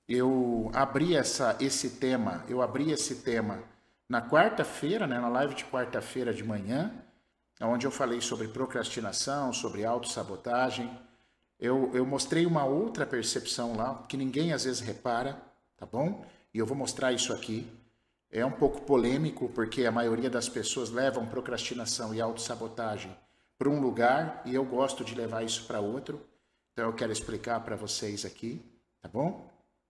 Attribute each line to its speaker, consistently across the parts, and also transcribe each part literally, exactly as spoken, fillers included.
Speaker 1: Eu abri essa, esse tema, eu abri esse tema na quarta-feira, né, na live de quarta-feira de manhã, onde eu falei sobre procrastinação, sobre autossabotagem. Eu, eu mostrei uma outra percepção lá, que ninguém às vezes repara, tá bom? E eu vou mostrar isso aqui. É um pouco polêmico, porque a maioria das pessoas levam procrastinação e autossabotagem para um lugar, e eu gosto de levar isso para outro. Então eu quero explicar para vocês aqui, tá bom?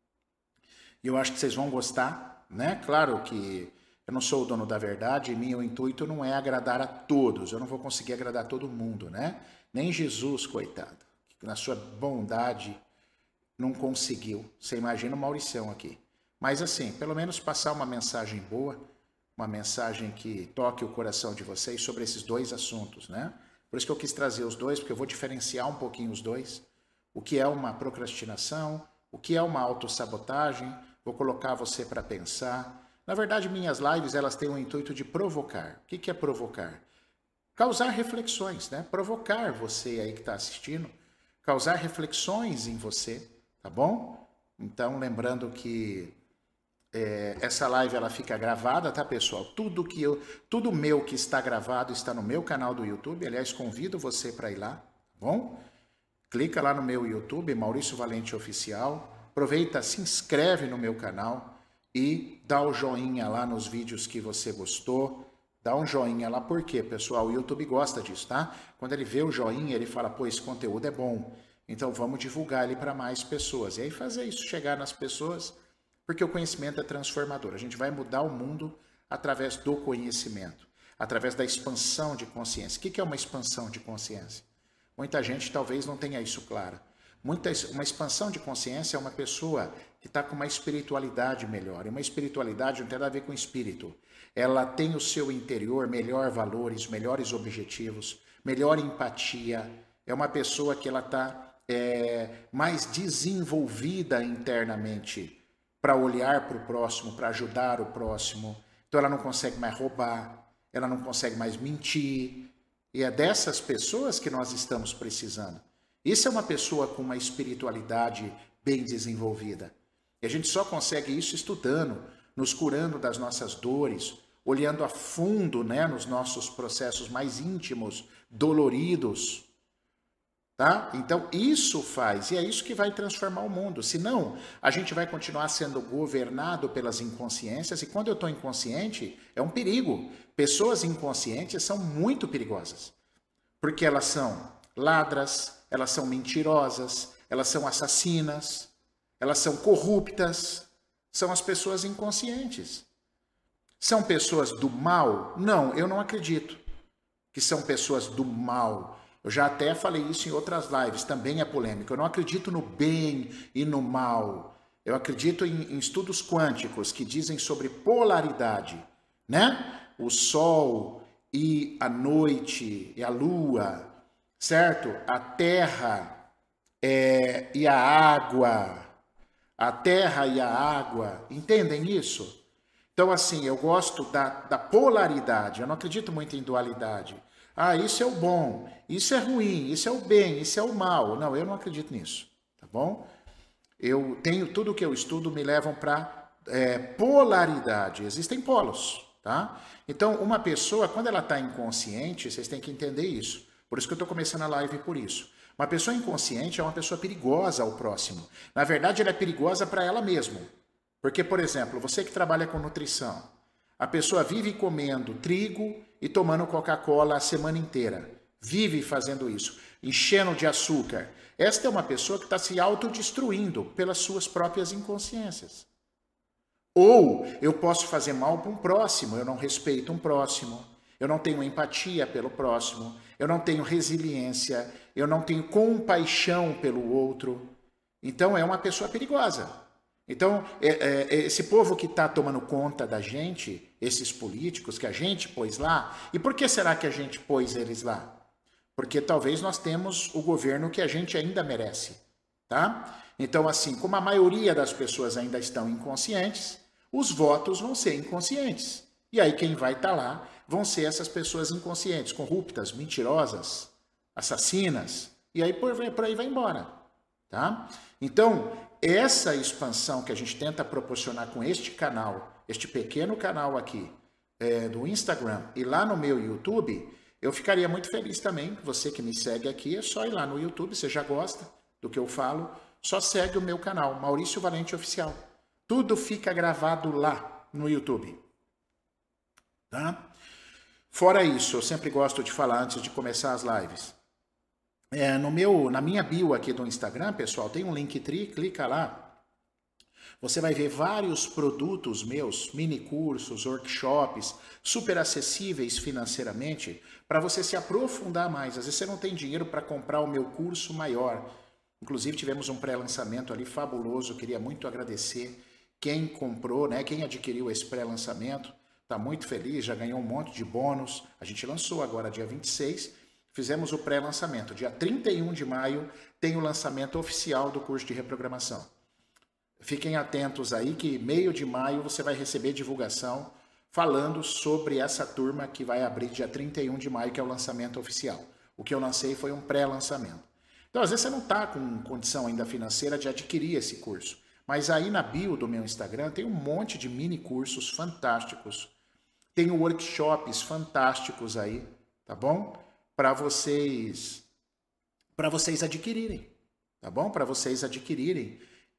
Speaker 1: E eu acho que vocês vão gostar, né? Claro que eu não sou o dono da verdade e meu intuito não é agradar a todos. Eu não vou conseguir agradar todo mundo, né? Nem Jesus, coitado, que na sua bondade não conseguiu. Você imagina o Mauricião aqui. Mas assim, pelo menos passar uma mensagem boa, uma mensagem que toque o coração de vocês sobre esses dois assuntos, né? Por isso que eu quis trazer os dois, porque eu vou diferenciar um pouquinho os dois. O que é uma procrastinação, o que é uma autossabotagem, vou colocar você para pensar. Na verdade, minhas lives, elas têm o intuito de provocar. O que é provocar? Causar reflexões, né? Provocar você aí que está assistindo, causar reflexões em você, tá bom? Então, lembrando que é, essa live ela fica gravada, tá, pessoal? Tudo que eu, tudo meu que está gravado está no meu canal do YouTube. Aliás, convido você para ir lá, tá bom? Clica lá no meu YouTube, Maurício Valente Oficial. Aproveita, se inscreve no meu canal e dá o joinha lá nos vídeos que você gostou. Dá um joinha lá, por quê, pessoal? O YouTube gosta disso, tá? Quando ele vê o joinha, ele fala, pô, esse conteúdo é bom. Então vamos divulgar ele para mais pessoas. E aí fazer isso chegar nas pessoas, porque o conhecimento é transformador. A gente vai mudar o mundo através do conhecimento, através da expansão de consciência. O que é uma expansão de consciência? Muita gente talvez não tenha isso claro. Muita, uma expansão de consciência é uma pessoa que está com uma espiritualidade melhor. E uma espiritualidade não tem nada a ver com espírito. Ela tem o seu interior melhor valores, melhores objetivos, melhor empatia. É uma pessoa que ela está é, mais desenvolvida internamente para olhar para o próximo, para ajudar o próximo. Então ela não consegue mais roubar, ela não consegue mais mentir. E é dessas pessoas que nós estamos precisando. Isso é uma pessoa com uma espiritualidade bem desenvolvida. E a gente só consegue isso estudando, nos curando das nossas dores, olhando a fundo, né, nos nossos processos mais íntimos, doloridos. Tá? Então isso faz, e é isso que vai transformar o mundo. Senão, a gente vai continuar sendo governado pelas inconsciências, e quando eu estou inconsciente, é um perigo. Pessoas inconscientes são muito perigosas, porque elas são ladras, elas são mentirosas, elas são assassinas, elas são corruptas, são as pessoas inconscientes. São pessoas do mal? Não, eu não acredito que são pessoas do mal. Eu já até falei isso em outras lives, também é polêmico. Eu não acredito no bem e no mal. Eu acredito em, em estudos quânticos que dizem sobre polaridade, né? O Sol e a noite e a Lua, certo? A Terra é, e a água. A Terra e a água. Entendem isso? Então, assim, eu gosto da, da polaridade. Eu não acredito muito em dualidade. Ah, isso é o bom, isso é ruim, isso é o bem, isso é o mal. Não, eu não acredito nisso, tá bom? Eu tenho, tudo que eu estudo me levam para é, polaridade. Existem polos, tá? Então, uma pessoa, quando ela está inconsciente, vocês têm que entender isso. Por isso que eu estou começando a live por isso. Uma pessoa inconsciente é uma pessoa perigosa ao próximo. Na verdade, ela é perigosa para ela mesma. Porque, por exemplo, você que trabalha com nutrição, a pessoa vive comendo trigo e tomando Coca-Cola a semana inteira. Vive fazendo isso, enchendo de açúcar. Esta é uma pessoa que está se autodestruindo pelas suas próprias inconsciências. Ou eu posso fazer mal para um próximo, eu não respeito um próximo, eu não tenho empatia pelo próximo, eu não tenho resiliência, eu não tenho compaixão pelo outro. Então é uma pessoa perigosa. Então, é, é, esse povo que está tomando conta da gente, esses políticos que a gente pôs lá, e por que será que a gente pôs eles lá? Porque talvez nós temos o governo que a gente ainda merece, tá? Então, assim, como a maioria das pessoas ainda estão inconscientes, os votos vão ser inconscientes. E aí quem vai estar tá lá vão ser essas pessoas inconscientes, corruptas, mentirosas, assassinas, e aí por, por aí vai embora, tá? Então, essa expansão que a gente tenta proporcionar com este canal, este pequeno canal aqui, é, do Instagram e lá no meu YouTube, eu ficaria muito feliz também. Você que me segue aqui, é só ir lá no YouTube, você já gosta do que eu falo, só segue o meu canal, Maurício Valente Oficial. Tudo fica gravado lá no YouTube. Tá? Fora isso, eu sempre gosto de falar antes de começar as lives. É, no meu, na minha bio aqui do Instagram, pessoal, tem um Linktree, clica lá. Você vai ver vários produtos meus, mini cursos, workshops, super acessíveis financeiramente, para você se aprofundar mais. Às vezes você não tem dinheiro para comprar o meu curso maior. Inclusive tivemos um pré-lançamento ali fabuloso, queria muito agradecer quem comprou, né, quem adquiriu esse pré-lançamento. Está muito feliz, já ganhou um monte de bônus. A gente lançou agora dia vinte e seis, fizemos o pré-lançamento. Dia trinta e um de maio tem o lançamento oficial do curso de reprogramação. Fiquem atentos aí que meio de maio você vai receber divulgação falando sobre essa turma que vai abrir dia trinta e um de maio, que é o lançamento oficial. O que eu lancei foi um pré-lançamento. Então, às vezes você não está com condição ainda financeira de adquirir esse curso. Mas aí na bio do meu Instagram tem um monte de mini cursos fantásticos. Tem workshops fantásticos aí, tá bom? Para vocês, para vocês adquirirem, tá bom? Para vocês adquirirem.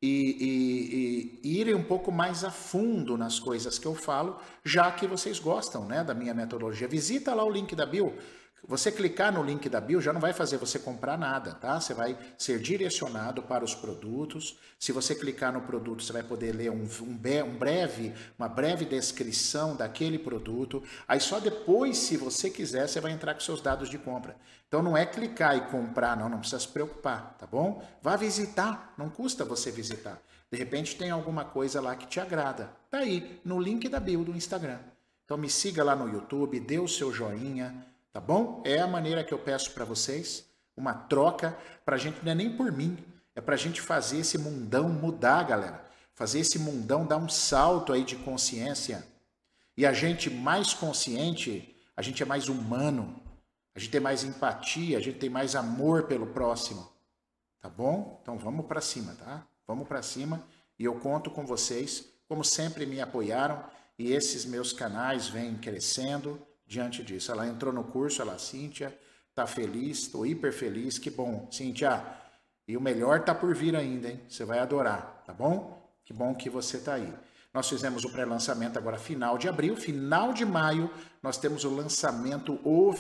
Speaker 1: E, e, e irem um pouco mais a fundo nas coisas que eu falo, já que vocês gostam, né, da minha metodologia. Visita lá o link da bio. Você clicar no link da bio já não vai fazer você comprar nada, tá? Você vai ser direcionado para os produtos. Se você clicar no produto, você vai poder ler um, um, um breve, uma breve descrição daquele produto. Aí só depois, se você quiser, você vai entrar com seus dados de compra. Então não é clicar e comprar, não, não precisa se preocupar, tá bom? Vá visitar, não custa você visitar. De repente tem alguma coisa lá que te agrada. Tá aí, no link da bio do Instagram. Então me siga lá no YouTube, dê o seu joinha, tá bom? É a maneira que eu peço para vocês, uma troca, para a gente, não é nem por mim, é para a gente fazer esse mundão mudar, galera. Fazer esse mundão dar um salto aí de consciência. E a gente mais consciente, a gente é mais humano, a gente tem mais empatia, a gente tem mais amor pelo próximo, tá bom? Então vamos para cima, tá? Vamos para cima e eu conto com vocês, como sempre me apoiaram e esses meus canais vêm crescendo diante disso. Ela entrou no curso, ela, Cíntia, tá feliz, estou hiper feliz, que bom. Cíntia, e o melhor tá por vir ainda, hein? Você vai adorar, tá bom? Que bom que você tá aí. Nós fizemos o pré-lançamento agora final de abril, final de maio, nós temos o lançamento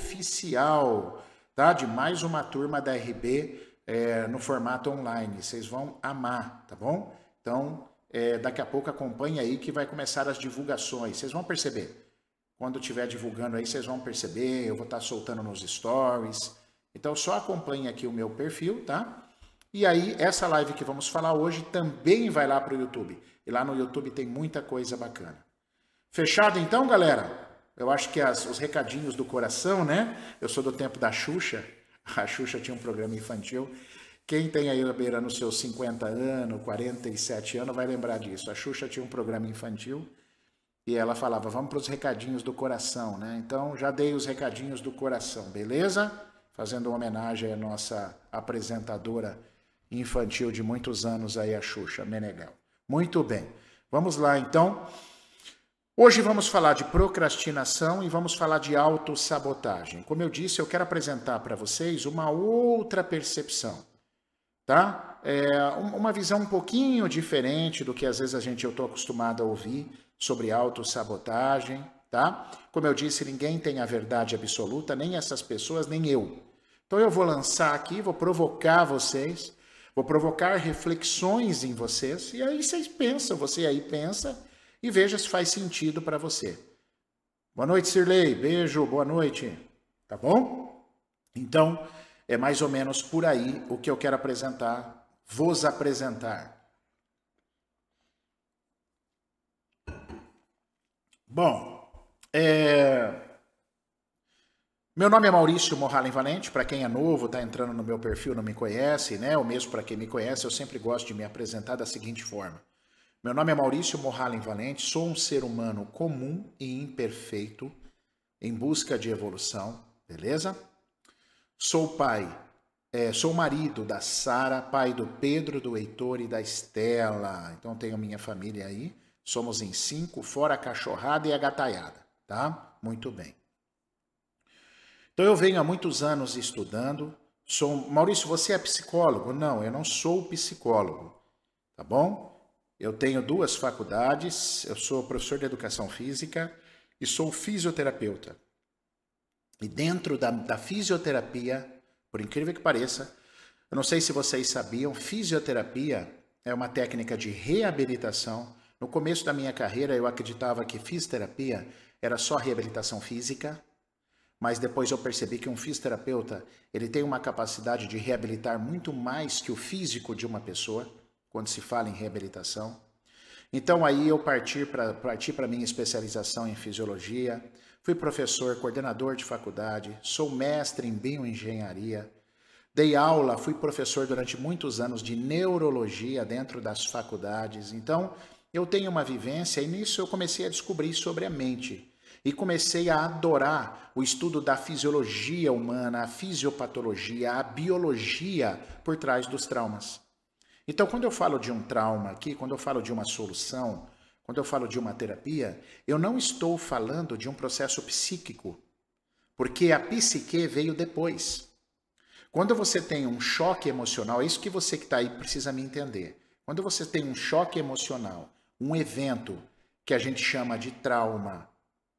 Speaker 1: oficial, tá? De mais uma turma da R B é, no formato online. Vocês vão amar, tá bom? Então, é, daqui a pouco acompanhe aí que vai começar as divulgações. Vocês vão perceber. Quando eu estiver divulgando aí, vocês vão perceber, eu vou estar soltando nos stories. Então, só acompanhe aqui o meu perfil, tá? E aí, essa live que vamos falar hoje também vai lá para o YouTube. E lá no YouTube tem muita coisa bacana. Fechado então, galera? Eu acho que as, os recadinhos do coração, né? Eu sou do tempo da Xuxa. A Xuxa tinha um programa infantil. Quem tem aí beirando os seus cinquenta anos, quarenta e sete anos, vai lembrar disso. A Xuxa tinha um programa infantil. E ela falava, vamos para os recadinhos do coração, né? Então, já dei os recadinhos do coração, beleza? Fazendo uma homenagem à nossa apresentadora infantil de muitos anos aí, a Xuxa Meneghel. Muito bem. Vamos lá, então. Hoje vamos falar de procrastinação e vamos falar de autossabotagem. Como eu disse, eu quero apresentar para vocês uma outra percepção, tá? É uma visão um pouquinho diferente do que às vezes a gente, eu estou acostumado a ouvir sobre autossabotagem, tá? Como eu disse, ninguém tem a verdade absoluta, nem essas pessoas, nem eu. Então eu vou lançar aqui, vou provocar vocês, vou provocar reflexões em vocês, e aí vocês pensam, você aí pensa, e veja se faz sentido para você. Boa noite, Sirlei. Beijo, boa noite. Tá bom? Então, é mais ou menos por aí o que eu quero apresentar, vos apresentar. Bom, é... meu nome é Maurício Morhalen Valente, para quem é novo, está entrando no meu perfil, não me conhece, né? Ou mesmo para quem me conhece, eu sempre gosto de me apresentar da seguinte forma. Meu nome é Maurício Morhalen Valente, sou um ser humano comum e imperfeito, em busca de evolução, beleza? Sou pai É, sou marido da Sara, pai do Pedro, do Heitor e da Estela. Então tenho minha família aí. Somos em cinco, fora a cachorrada e a gataiada, tá? Muito bem. Então eu venho há muitos anos estudando. Sou Maurício, você é psicólogo? Não, eu não sou psicólogo, tá bom? Eu tenho duas faculdades. Eu sou professor de educação física e sou fisioterapeuta. E dentro da, da fisioterapia, por incrível que pareça, eu não sei se vocês sabiam, fisioterapia é uma técnica de reabilitação. No começo da minha carreira, eu acreditava que fisioterapia era só reabilitação física, mas depois eu percebi que um fisioterapeuta, ele tem uma capacidade de reabilitar muito mais que o físico de uma pessoa, quando se fala em reabilitação. Então aí eu parti para parti para minha especialização em fisiologia, fui professor, coordenador de faculdade, sou mestre em bioengenharia, dei aula, fui professor durante muitos anos de neurologia dentro das faculdades. Então eu tenho uma vivência e nisso eu comecei a descobrir sobre a mente. E comecei a adorar o estudo da fisiologia humana, a fisiopatologia, a biologia por trás dos traumas. Então, quando eu falo de um trauma aqui, quando eu falo de uma solução, quando eu falo de uma terapia, eu não estou falando de um processo psíquico, porque a psique veio depois. Quando você tem um choque emocional, é isso que você que está aí precisa me entender. Quando você tem um choque emocional, um evento que a gente chama de trauma,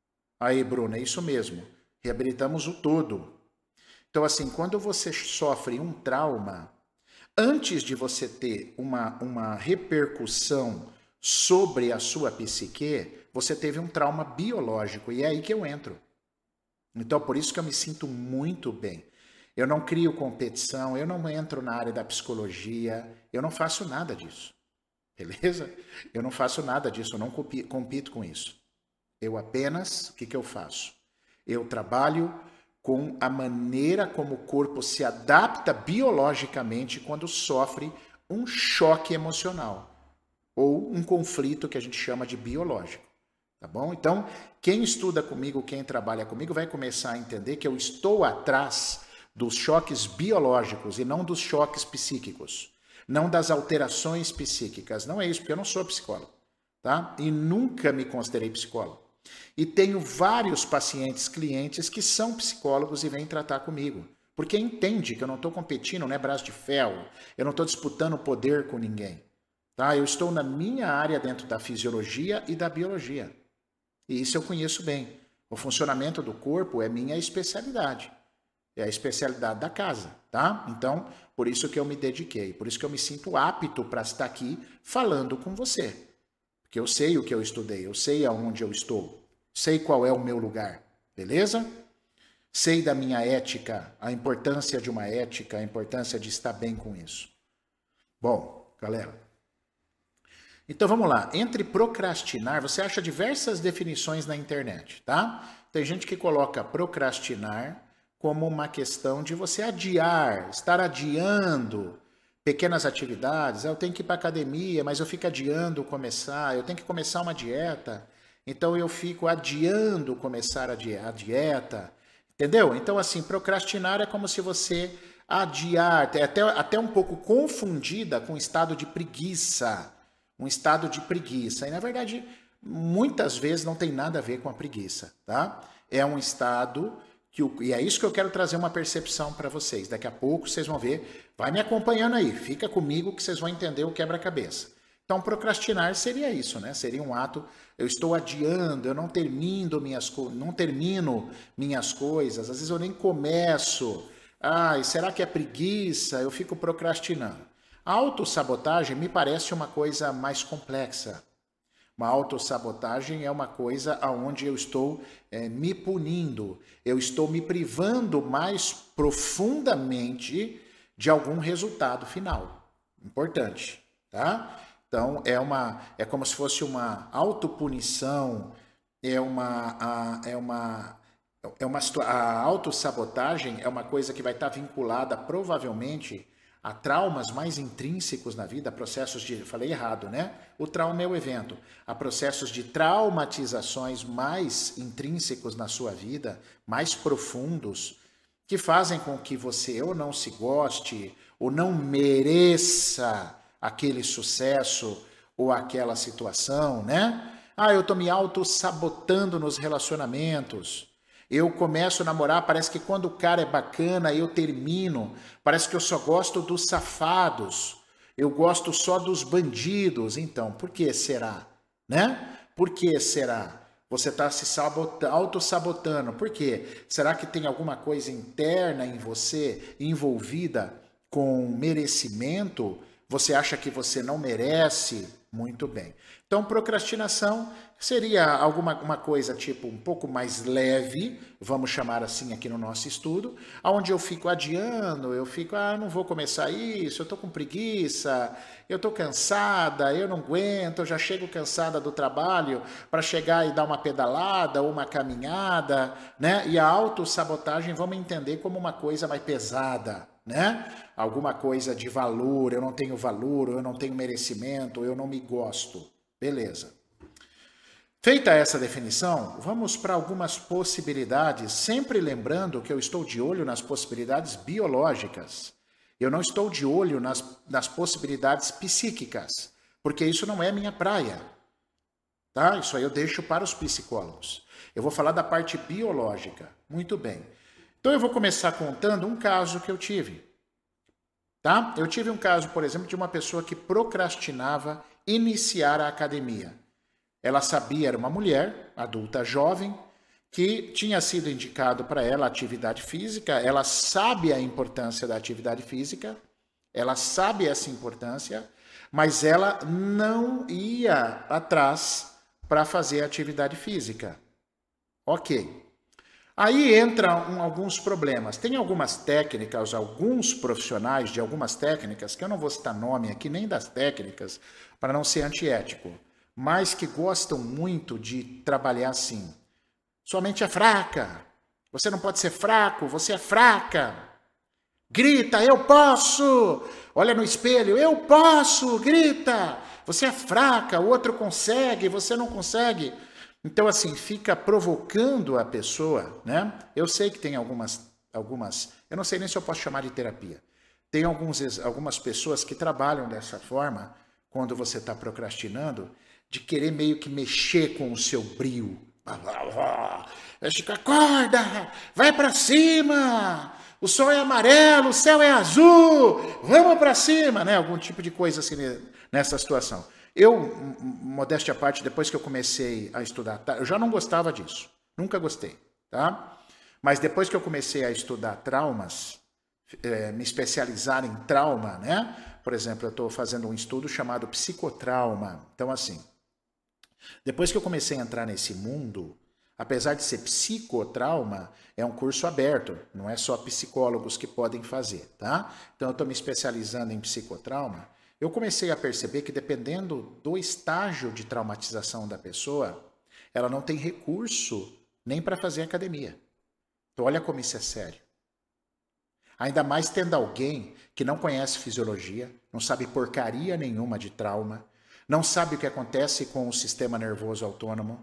Speaker 1: aí, Bruno, é isso mesmo. Reabilitamos o todo. Então, assim, quando você sofre um trauma, antes de você ter uma, uma repercussão sobre a sua psique, você teve um trauma biológico. E é aí que eu entro. Então, por isso que eu me sinto muito bem. Eu não crio competição, eu não entro na área da psicologia, eu não faço nada disso. Beleza? Eu não faço nada disso, eu não compito com isso. Eu apenas, o que, que eu faço? Eu trabalho com a maneira como o corpo se adapta biologicamente quando sofre um choque emocional ou um conflito que a gente chama de biológico, tá bom? Então, quem estuda comigo, quem trabalha comigo, vai começar a entender que eu estou atrás dos choques biológicos e não dos choques psíquicos, não das alterações psíquicas. Não é isso, porque eu não sou psicólogo, tá? E nunca me considerei psicólogo. E tenho vários pacientes, clientes que são psicólogos e vêm tratar comigo. Porque entende que eu não estou competindo, não é braço de ferro, eu não estou disputando poder com ninguém. Tá? Eu estou na minha área dentro da fisiologia e da biologia. E isso eu conheço bem. O funcionamento do corpo é minha especialidade. É a especialidade da casa, tá? Então, por isso que eu me dediquei, por isso que eu me sinto apto para estar aqui falando com você. Porque eu sei o que eu estudei, eu sei aonde eu estou, sei qual é o meu lugar, beleza? Sei da minha ética, a importância de uma ética, a importância de estar bem com isso. Bom, galera, então vamos lá. Entre procrastinar, você acha diversas definições na internet, tá? Tem gente que coloca procrastinar como uma questão de você adiar, estar adiando pequenas atividades. Eu tenho que ir para academia, mas eu fico adiando começar. Eu tenho que começar uma dieta, então eu fico adiando começar a dieta. Entendeu? Então, assim, procrastinar é como se você adiar, até, até um pouco confundida com o estado de preguiça. Um estado de preguiça. E, na verdade, muitas vezes não tem nada a ver com a preguiça, tá? É um estado que... O, e é isso que eu quero trazer uma percepção para vocês. Daqui a pouco vocês vão ver. Vai me acompanhando aí. Fica comigo que vocês vão entender o quebra-cabeça. Então, procrastinar seria isso, né? Seria um ato... Eu estou adiando, eu não termino minhas, não termino minhas coisas. Às vezes eu nem começo. Ai, será que é preguiça? Eu fico procrastinando. A autossabotagem me parece uma coisa mais complexa. Uma autossabotagem é uma coisa onde eu estou é, me punindo, eu estou me privando mais profundamente de algum resultado final. Importante, tá? Então, é, uma, é como se fosse uma autopunição, é uma, a, é uma, é uma, a autossabotagem é uma coisa que vai estar vinculada provavelmente a traumas mais intrínsecos na vida, processos de... Falei errado, né? O trauma é o evento. Há processos de traumatizações mais intrínsecos na sua vida, mais profundos, que fazem com que você ou não se goste, ou não mereça aquele sucesso ou aquela situação, né? Ah, eu tô me auto-sabotando nos relacionamentos. Eu começo a namorar, parece que quando o cara é bacana, eu termino. Parece que eu só gosto dos safados. Eu gosto só dos bandidos. Então, por que será? Né? Por que será? Você está se auto-sabotando. Por quê? Será que tem alguma coisa interna em você envolvida com merecimento? Você acha que você não merece? Muito bem. Então, procrastinação seria alguma uma coisa tipo um pouco mais leve, vamos chamar assim aqui no nosso estudo, onde eu fico adiando, eu fico, ah, não vou começar isso, eu tô com preguiça, eu tô cansada, eu não aguento, eu já chego cansada do trabalho para chegar e dar uma pedalada ou uma caminhada, né? E a autossabotagem vamos entender como uma coisa mais pesada, né? Alguma coisa de valor, eu não tenho valor, eu não tenho merecimento, eu não me gosto. Beleza. Feita essa definição, vamos para algumas possibilidades, sempre lembrando que eu estou de olho nas possibilidades biológicas. Eu não estou de olho nas, nas possibilidades psíquicas, porque isso não é minha praia. Tá? Isso aí eu deixo para os psicólogos. Eu vou falar da parte biológica. Muito bem. Então eu vou começar contando um caso que eu tive. Tá? Eu tive um caso, por exemplo, de uma pessoa que procrastinava iniciar a academia. Ela sabia, era uma mulher, adulta jovem, que tinha sido indicado para ela a atividade física, ela sabe a importância da atividade física, ela sabe essa importância, mas ela não ia atrás para fazer atividade física. Ok. Aí entram alguns problemas. Tem algumas técnicas, alguns profissionais de algumas técnicas, que eu não vou citar nome aqui nem das técnicas, para não ser antiético, mas que gostam muito de trabalhar assim. Sua mente é fraca. Você não pode ser fraco, você é fraca. Grita, eu posso. Olha no espelho, eu posso, grita. Você é fraca, o outro consegue, você não consegue. Então, assim, fica provocando a pessoa, né? Eu sei que tem algumas, algumas, eu não sei nem se eu posso chamar de terapia. Tem alguns, algumas pessoas que trabalham dessa forma, quando você está procrastinando, de querer meio que mexer com o seu brio. Fica, acorda, vai para cima, o sol é amarelo, o céu é azul, vamos para cima, né? Algum tipo de coisa assim nessa situação. Eu, modéstia à parte, depois que eu comecei a estudar, eu já não gostava disso, nunca gostei, tá? Mas depois que eu comecei a estudar traumas, é, me especializar em trauma, né? Por exemplo, eu estou fazendo um estudo chamado psicotrauma. Então, assim, depois que eu comecei a entrar nesse mundo, apesar de ser psicotrauma, é um curso aberto, não é só psicólogos que podem fazer, tá? Então, eu estou me especializando em psicotrauma. Eu comecei a perceber que dependendo do estágio de traumatização da pessoa, ela não tem recurso nem para fazer academia. Então olha como isso é sério. Ainda mais tendo alguém que não conhece fisiologia, não sabe porcaria nenhuma de trauma, não sabe o que acontece com o sistema nervoso autônomo.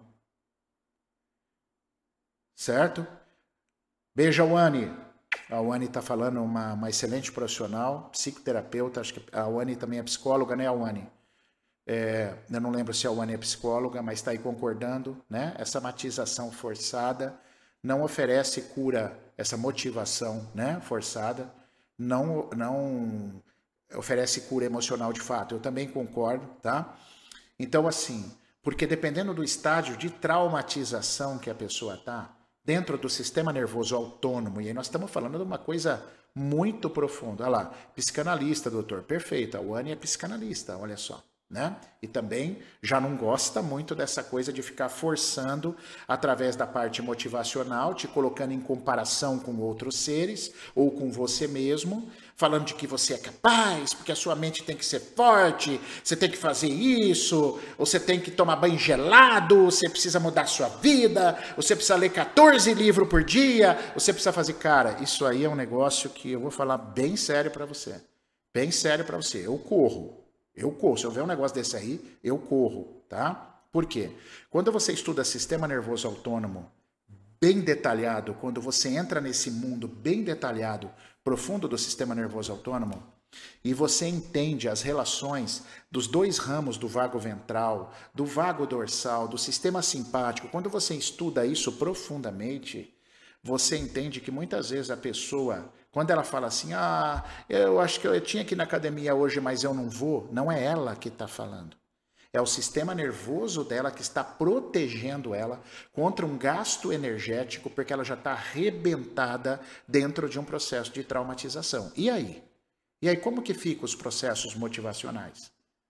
Speaker 1: Certo? Beijo, Wani. A Wani está falando, uma, uma excelente profissional, psicoterapeuta, acho que a Wani também é psicóloga, né, a Wani? É, eu não lembro se a Wani é psicóloga, mas está aí concordando, né? Essa matização forçada não oferece cura, essa motivação, né, forçada, não, não oferece cura emocional de fato. Eu também concordo, tá? Então, assim, porque dependendo do estágio de traumatização que a pessoa está, dentro do sistema nervoso autônomo, e aí nós estamos falando de uma coisa muito profunda. Olha lá, psicanalista, doutor, perfeito, a Wani é psicanalista, olha só, né? E também já não gosta muito dessa coisa de ficar forçando através da parte motivacional, te colocando em comparação com outros seres ou com você mesmo, falando de que você é capaz, porque a sua mente tem que ser forte, você tem que fazer isso, ou você tem que tomar banho gelado, você precisa mudar a sua vida, você precisa ler quatorze livros por dia, você precisa fazer... Cara, isso aí é um negócio que eu vou falar bem sério para você. Bem sério para você. Eu corro. Eu corro. Se eu ver um negócio desse aí, eu corro, tá? Por quê? Quando você estuda sistema nervoso autônomo bem detalhado, quando você entra nesse mundo bem detalhado, profundo do sistema nervoso autônomo, e você entende as relações dos dois ramos do vago ventral, do vago dorsal, do sistema simpático, quando você estuda isso profundamente, você entende que muitas vezes a pessoa, quando ela fala assim, ah, eu acho que eu tinha que ir na academia hoje, mas eu não vou, não é ela que está falando. É o sistema nervoso dela que está protegendo ela contra um gasto energético, porque ela já está arrebentada dentro de um processo de traumatização. E aí? E aí como que ficam os processos motivacionais?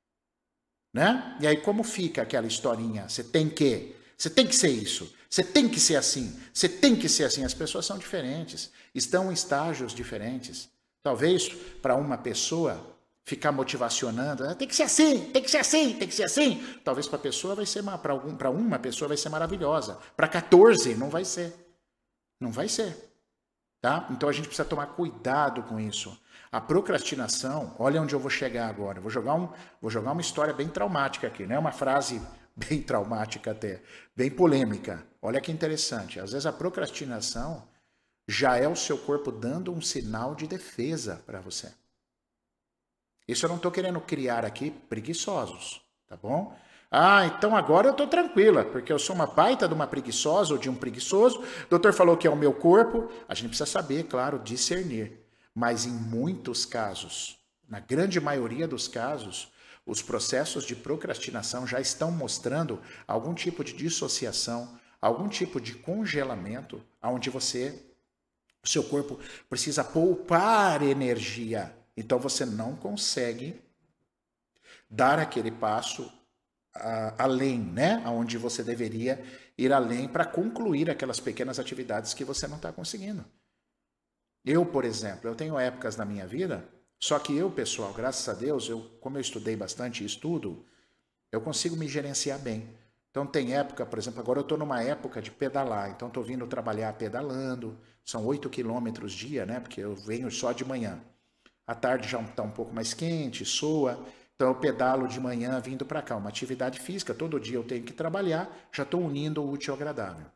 Speaker 1: Né? E aí como fica aquela historinha? Você tem que, você tem que ser isso, você tem que ser assim, você tem que ser assim. As pessoas são diferentes, estão em estágios diferentes. Talvez para uma pessoa ficar motivacionando, tem que ser assim, tem que ser assim, tem que ser assim. Talvez para a pessoa vai ser, para algum, para uma pessoa vai ser maravilhosa. Para quatorze não vai ser. Não vai ser. Tá? Então a gente precisa tomar cuidado com isso. A procrastinação, olha onde eu vou chegar agora. Vou jogar, um, vou jogar uma história bem traumática aqui, né? Uma frase bem traumática até, bem polêmica. Olha que interessante. Às vezes a procrastinação já é o seu corpo dando um sinal de defesa para você. Isso eu não estou querendo criar aqui preguiçosos, tá bom? Ah, então agora eu estou tranquila, porque eu sou uma baita de uma preguiçosa ou de um preguiçoso. O doutor falou que é o meu corpo. A gente precisa saber, claro, discernir. Mas em muitos casos, na grande maioria dos casos, os processos de procrastinação já estão mostrando algum tipo de dissociação, algum tipo de congelamento, onde você, o seu corpo precisa poupar energia. Então você não consegue dar aquele passo uh, além, né? Onde você deveria ir além para concluir aquelas pequenas atividades que você não está conseguindo. Eu, por exemplo, eu tenho épocas na minha vida, só que eu, pessoal, graças a Deus, eu, como eu estudei bastante e estudo, eu consigo me gerenciar bem. Então tem época, por exemplo, agora eu estou numa época de pedalar, então estou vindo trabalhar pedalando, são oito quilômetros dia, né? Porque eu venho só de manhã. À tarde já está um pouco mais quente, soa, então eu pedalo de manhã vindo para cá. Uma atividade física, todo dia eu tenho que trabalhar, já estou unindo o útil ao agradável.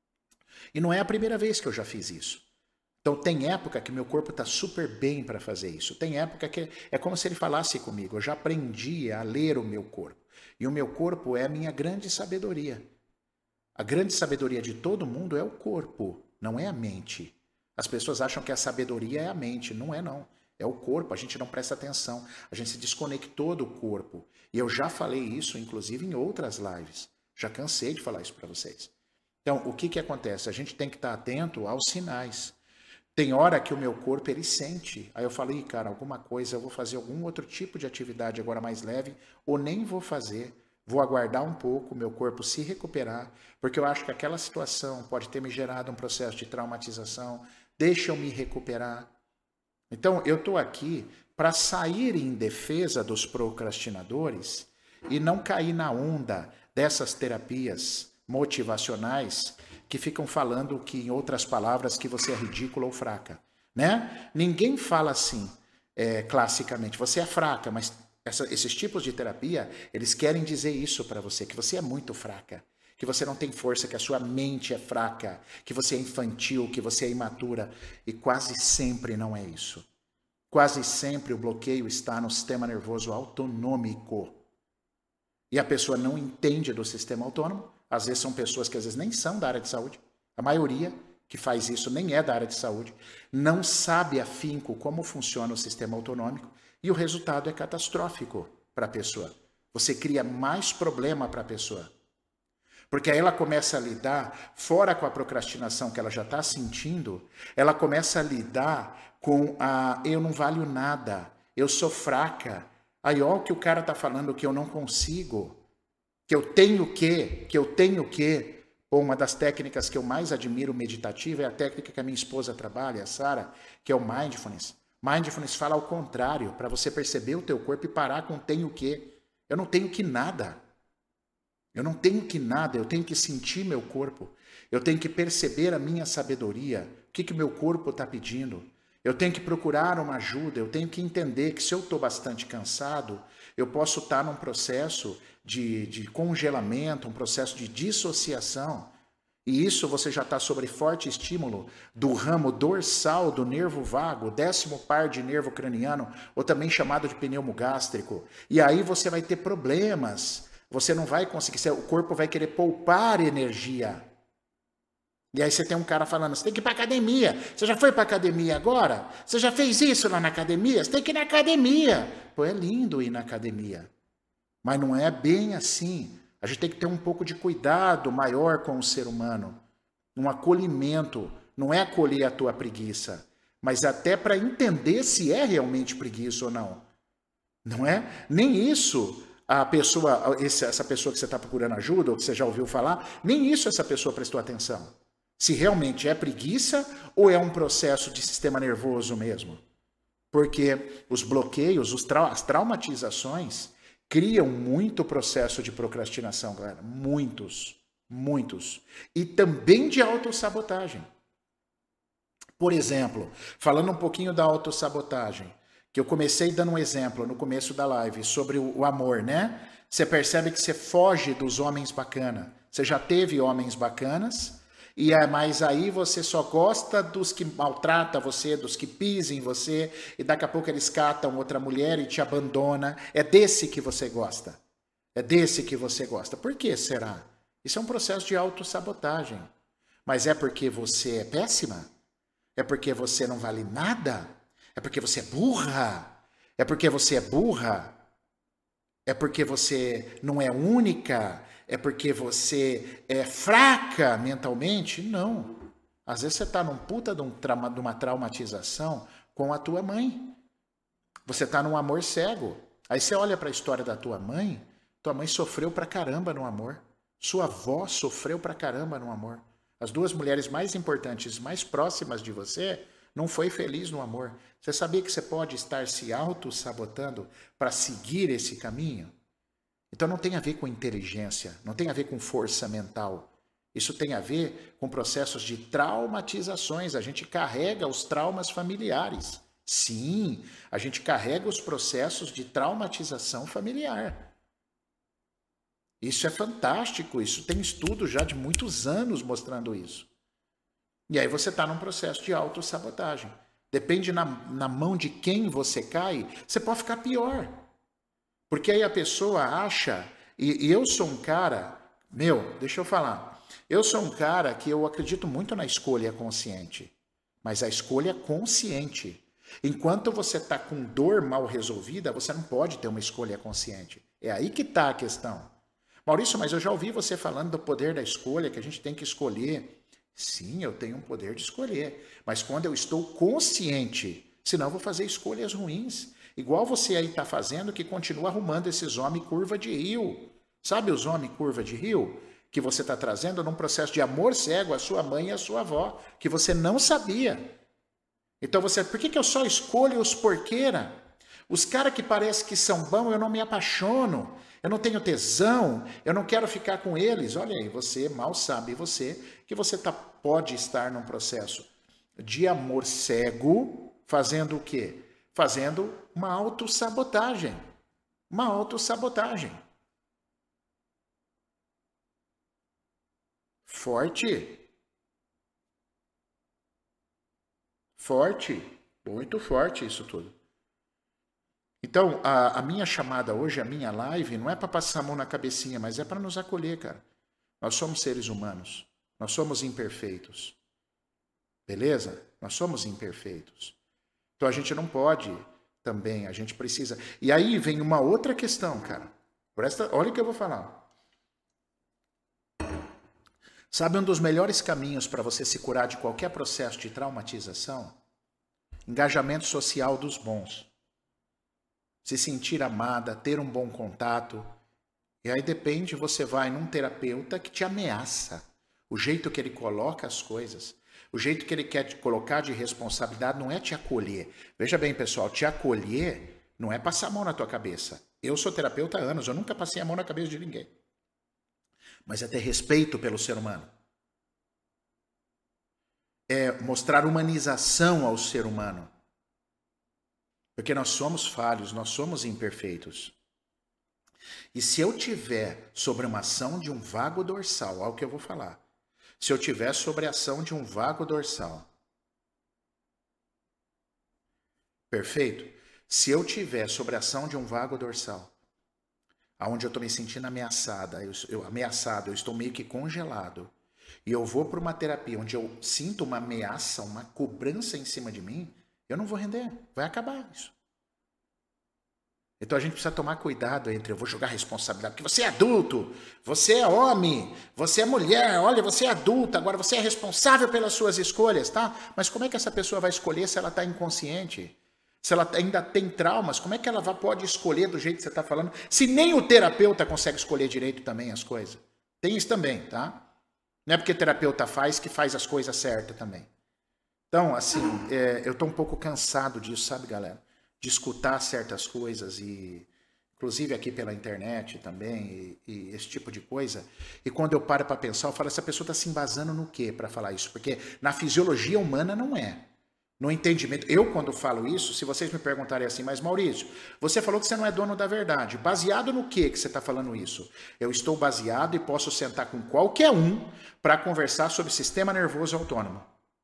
Speaker 1: E não é a primeira vez que eu já fiz isso. Então tem época que meu corpo está super bem para fazer isso. Tem época que é como se ele falasse comigo, eu já aprendi a ler o meu corpo. E o meu corpo é a minha grande sabedoria. A grande sabedoria de todo mundo é o corpo, não é a mente. As pessoas acham que a sabedoria é a mente, não é não. É o corpo, a gente não presta atenção, a gente se desconectou do corpo. E eu já falei isso, inclusive, em outras lives. Já cansei de falar isso para vocês. Então, o que, que acontece? A gente tem que estar atento aos sinais. Tem hora que o meu corpo, ele sente. Aí eu falo, Ih, cara, alguma coisa, eu vou fazer algum outro tipo de atividade agora mais leve, ou nem vou fazer. Vou aguardar um pouco o meu corpo se recuperar, porque eu acho que aquela situação pode ter me gerado um processo de traumatização. Deixa eu me recuperar. Então, eu estou aqui para sair em defesa dos procrastinadores e não cair na onda dessas terapias motivacionais que ficam falando que, em outras palavras, que você é ridícula ou fraca. Né? Ninguém fala assim, é, classicamente, você é fraca, mas essa, esses tipos de terapia, eles querem dizer isso para você, que você é muito fraca, que você não tem força, que a sua mente é fraca, que você é infantil, que você é imatura. E quase sempre não é isso. Quase sempre o bloqueio está no sistema nervoso autonômico. E a pessoa não entende do sistema autônomo. Às vezes são pessoas que às vezes nem são da área de saúde. A maioria que faz isso nem é da área de saúde. Não sabe afinco como funciona o sistema autonômico. E o resultado é catastrófico para a pessoa. Você cria mais problema para a pessoa. Porque aí ela começa a lidar, fora com a procrastinação que ela já está sentindo, ela começa a lidar com a eu não valho nada, eu sou fraca. Aí ó o que o cara está falando, que eu não consigo, que eu tenho que, que eu tenho que. Ou uma das técnicas que eu mais admiro meditativa é a técnica que a minha esposa trabalha, a Sara, que é o Mindfulness. Mindfulness fala ao contrário, para você perceber o teu corpo e parar com tenho que. Eu não tenho que nada. Eu não tenho que nada, eu tenho que sentir meu corpo. Eu tenho que perceber a minha sabedoria, o que, que meu corpo está pedindo. Eu tenho que procurar uma ajuda, eu tenho que entender que se eu estou bastante cansado, eu posso estar num processo de, de congelamento, um processo de dissociação. E isso você já está sob forte estímulo do ramo dorsal do nervo vago, décimo par de nervo craniano, ou também chamado de pneumo gástrico. E aí você vai ter problemas. Você não vai conseguir, o corpo vai querer poupar energia. E aí você tem um cara falando, você tem que ir para academia. Você já foi para academia agora? Você já fez isso lá na academia? Você tem que ir na academia. Pô, é lindo ir na academia. Mas não é bem assim. A gente tem que ter um pouco de cuidado maior com o ser humano. Um acolhimento. Não é acolher a tua preguiça. Mas até para entender se é realmente preguiça ou não. Não é? Nem isso a pessoa, essa pessoa que você está procurando ajuda, ou que você já ouviu falar, nem isso essa pessoa prestou atenção. Se realmente é preguiça ou é um processo de sistema nervoso mesmo. Porque os bloqueios, os trau as traumatizações criam muito processo de procrastinação, galera. Muitos, muitos. E também de autossabotagem. Por exemplo, falando um pouquinho da autossabotagem, que eu comecei dando um exemplo no começo da live sobre o, o amor, né? Você percebe que você foge dos homens bacanas. Você já teve homens bacanas, e é, mas aí você só gosta dos que maltratam você, dos que pisam em você, e daqui a pouco eles catam outra mulher e te abandona. É desse que você gosta. É desse que você gosta. Por que será? Isso é um processo de autossabotagem. Mas é porque você é péssima? É porque você não vale nada? É porque você é burra? É porque você é burra? É porque você não é única? É porque você é fraca mentalmente? Não. Às vezes você está num puta de, um trauma, de uma traumatização com a tua mãe. Você está num amor cego. Aí você olha para a história da tua mãe, tua mãe sofreu pra caramba no amor. Sua avó sofreu pra caramba no amor. As duas mulheres mais importantes, mais próximas de você, não foi feliz no amor. Você sabia que você pode estar se auto-sabotando para seguir esse caminho? Então não tem a ver com inteligência, não tem a ver com força mental. Isso tem a ver com processos de traumatizações. A gente carrega os traumas familiares. Sim, a gente carrega os processos de traumatização familiar. Isso é fantástico, isso tem estudo já de muitos anos mostrando isso. E aí você está num processo de autossabotagem. Depende na, na mão de quem você cai, você pode ficar pior. Porque aí a pessoa acha, e, e eu sou um cara, meu, deixa eu falar, eu sou um cara que eu acredito muito na escolha consciente, mas a escolha consciente. Enquanto você está com dor mal resolvida, você não pode ter uma escolha consciente. É aí que está a questão. Maurício, mas eu já ouvi você falando do poder da escolha, que a gente tem que escolher. Sim, eu tenho um poder de escolher, mas quando eu estou consciente, senão eu vou fazer escolhas ruins. Igual você aí está fazendo, que continua arrumando esses homens curva de rio. Sabe os homens curva de rio? Que você está trazendo num processo de amor cego à sua mãe e à sua avó, que você não sabia. Então você, por que, que eu só escolho os porqueira? Os caras que parecem que são bons, eu não me apaixono. Eu não tenho tesão, eu não quero ficar com eles. Olha aí, você mal sabe você que você tá, pode estar num processo de amor cego, fazendo o quê? Fazendo uma autossabotagem. Uma autossabotagem. Forte. Forte. Muito forte isso tudo. Então, a, a minha chamada hoje, a minha live, não é para passar a mão na cabecinha, mas é para nos acolher, cara. Nós somos seres humanos. Nós somos imperfeitos. Beleza? Nós somos imperfeitos. Então, a gente não pode também, a gente precisa... E aí vem uma outra questão, cara. Presta, olha o que eu vou falar. Sabe um dos melhores caminhos para você se curar de qualquer processo de traumatização? Engajamento social dos bons. Se sentir amada, ter um bom contato. E aí depende, você vai num terapeuta que te ameaça. O jeito que ele coloca as coisas, o jeito que ele quer te colocar de responsabilidade não é te acolher. Veja bem, pessoal, te acolher não é passar a mão na tua cabeça. Eu sou terapeuta há anos, eu nunca passei a mão na cabeça de ninguém. Mas é ter respeito pelo ser humano. É mostrar humanização ao ser humano. Porque nós somos falhos, nós somos imperfeitos. E se eu tiver sobre uma ação de um vago dorsal, olha o que eu vou falar. Se eu tiver sobre a ação de um vago dorsal. Perfeito? Se eu tiver sobre a ação de um vago dorsal, aonde eu estou me sentindo ameaçada, eu, eu, ameaçado, eu estou meio que congelado, e eu vou para uma terapia onde eu sinto uma ameaça, uma cobrança em cima de mim, eu não vou render, vai acabar isso. Então a gente precisa tomar cuidado entre eu vou jogar responsabilidade, porque você é adulto, você é homem, você é mulher, olha, você é adulta, agora você é responsável pelas suas escolhas, tá? Mas como é que essa pessoa vai escolher se ela está inconsciente? Se ela ainda tem traumas, como é que ela vai, pode escolher do jeito que você está falando? Se nem o terapeuta consegue escolher direito também as coisas. Tem isso também, tá? Não é porque terapeuta faz que faz as coisas certas também. Então, assim, é, eu estou um pouco cansado disso, sabe, galera? De escutar certas coisas, e inclusive aqui pela internet também, e, e esse tipo de coisa. E quando eu paro para pensar, eu falo, essa pessoa está se embasando no quê para falar isso? Porque na fisiologia humana não é. No entendimento, eu quando falo isso, se vocês me perguntarem assim, mas Maurício, você falou que você não é dono da verdade. Baseado no que que você está falando isso? Eu estou baseado e posso sentar com qualquer um para conversar sobre sistema nervoso autônomo.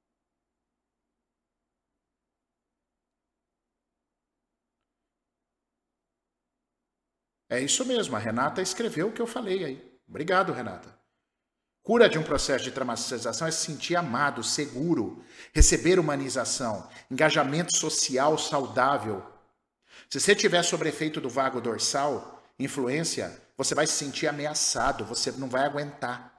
Speaker 1: É isso mesmo, a Renata escreveu o que eu falei aí. Obrigado, Renata. Cura de um processo de traumatização é se sentir amado, seguro, receber humanização, engajamento social saudável. Se você tiver sobre efeito do vago dorsal, influência, você vai se sentir ameaçado, você não vai aguentar.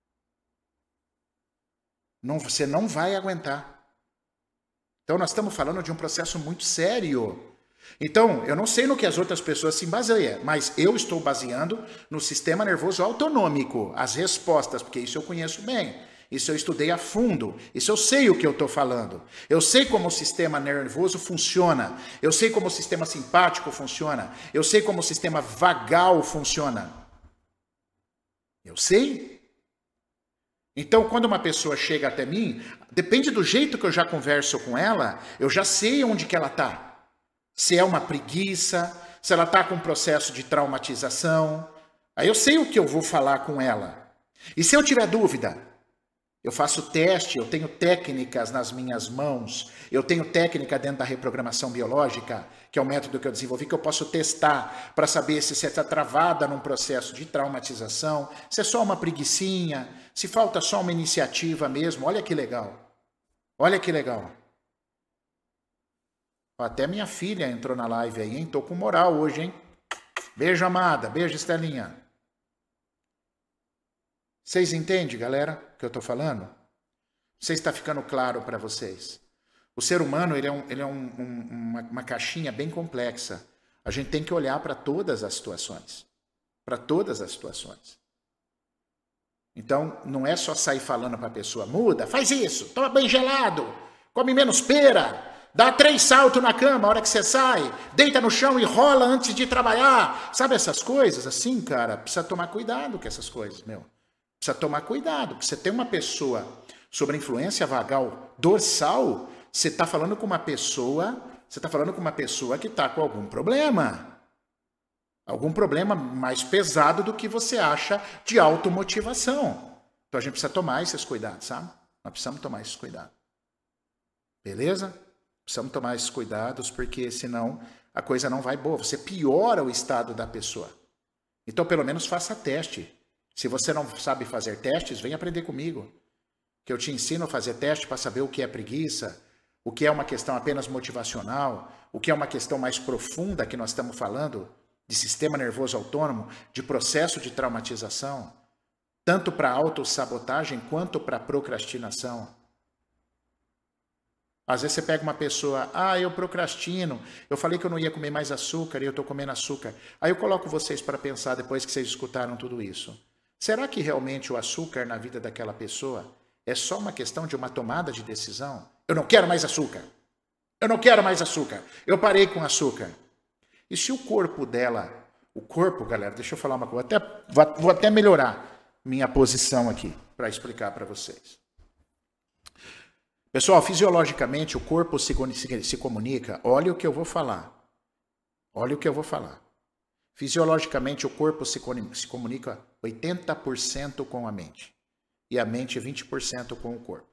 Speaker 1: Não, você não vai aguentar. Então nós estamos falando de um processo muito sério. Então, eu não sei no que as outras pessoas se baseiam, mas eu estou baseando no sistema nervoso autonômico, as respostas, porque isso eu conheço bem, isso eu estudei a fundo, isso eu sei o que eu estou falando, eu sei como o sistema nervoso funciona, eu sei como o sistema simpático funciona, eu sei como o sistema vagal funciona. Eu sei. Então, quando uma pessoa chega até mim, depende do jeito que eu já converso com ela, eu já sei onde que ela está. Se é uma preguiça, se ela está com um processo de traumatização. Aí eu sei o que eu vou falar com ela. E se eu tiver dúvida, eu faço teste, eu tenho técnicas nas minhas mãos, eu tenho técnica dentro da reprogramação biológica, que é o método que eu desenvolvi, que eu posso testar para saber se você está travada num processo de traumatização, se é só uma preguicinha, se falta só uma iniciativa mesmo. Olha que legal. Olha que legal. Até minha filha entrou na live aí, hein? Tô com moral hoje, hein? Beijo, amada. Beijo, Estelinha. Vocês entendem, galera, o que eu tô falando? Não sei se está ficando claro para vocês. O ser humano, ele é, um, ele é um, um, uma, uma caixinha bem complexa. A gente tem que olhar para todas as situações. Para todas as situações. Então, não é só sair falando para a pessoa, muda, faz isso, toma banho gelado, come menos pera, dá três saltos na cama a hora que você sai, deita no chão e rola antes de trabalhar. Sabe essas coisas? Assim, cara, precisa tomar cuidado com essas coisas, meu. Precisa tomar cuidado, porque você tem uma pessoa sobre influência vagal dorsal, você está falando com uma pessoa, você está falando com uma pessoa que está com algum problema. Algum problema mais pesado do que você acha de automotivação. Então a gente precisa tomar esses cuidados, sabe? Nós precisamos tomar esses cuidados. Beleza? Precisamos tomar esses cuidados, porque senão a coisa não vai boa. Você piora o estado da pessoa. Então, pelo menos, faça teste. Se você não sabe fazer testes, vem aprender comigo. Que eu te ensino a fazer teste para saber o que é preguiça, o que é uma questão apenas motivacional, o que é uma questão mais profunda que nós estamos falando, de sistema nervoso autônomo, de processo de traumatização, tanto para autossabotagem quanto para procrastinação. Às vezes você pega uma pessoa, ah, eu procrastino, eu falei que eu não ia comer mais açúcar e eu estou comendo açúcar. Aí eu coloco vocês para pensar, depois que vocês escutaram tudo isso. Será que realmente o açúcar na vida daquela pessoa é só uma questão de uma tomada de decisão? Eu não quero mais açúcar. Eu não quero mais açúcar. Eu parei com açúcar. E se o corpo dela, o corpo, galera, deixa eu falar uma coisa, até, vou até melhorar minha posição aqui para explicar para vocês. Pessoal, fisiologicamente o corpo se, se, se comunica, olha o que eu vou falar, olha o que eu vou falar. Fisiologicamente o corpo se, se comunica oitenta por cento com a mente, e a mente vinte por cento com o corpo.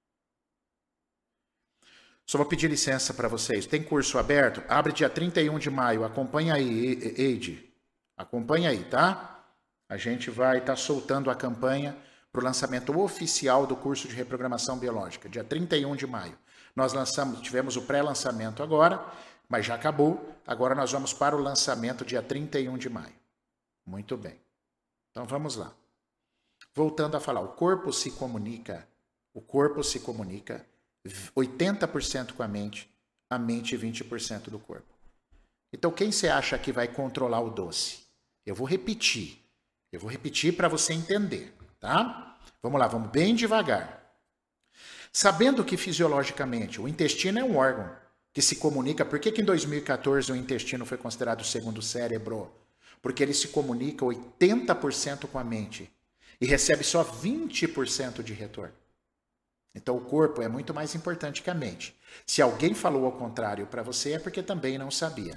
Speaker 1: Só vou pedir licença para vocês. Tem curso aberto? Abre dia trinta e um de maio. Acompanha aí, Eide. Acompanha aí, tá? A gente vai estar tá soltando a campanha para o lançamento oficial do curso de reprogramação biológica, dia trinta e um de maio. Nós lançamos, tivemos o pré-lançamento agora, mas já acabou. Agora nós vamos para o lançamento dia trinta e um de maio. Muito bem. Então vamos lá. Voltando a falar, o corpo se comunica, o corpo se comunica oitenta por cento com a mente, a mente vinte por cento do corpo. Então quem você acha que vai controlar o doce? Eu vou repetir. Eu vou repetir para você entender, tá? Vamos lá, vamos bem devagar. Sabendo que fisiologicamente o intestino é um órgão que se comunica, por que que em dois mil e quatorze o intestino foi considerado o segundo cérebro? Porque ele se comunica oitenta por cento com a mente e recebe só vinte por cento de retorno. Então o corpo é muito mais importante que a mente. Se alguém falou ao contrário para você é porque também não sabia.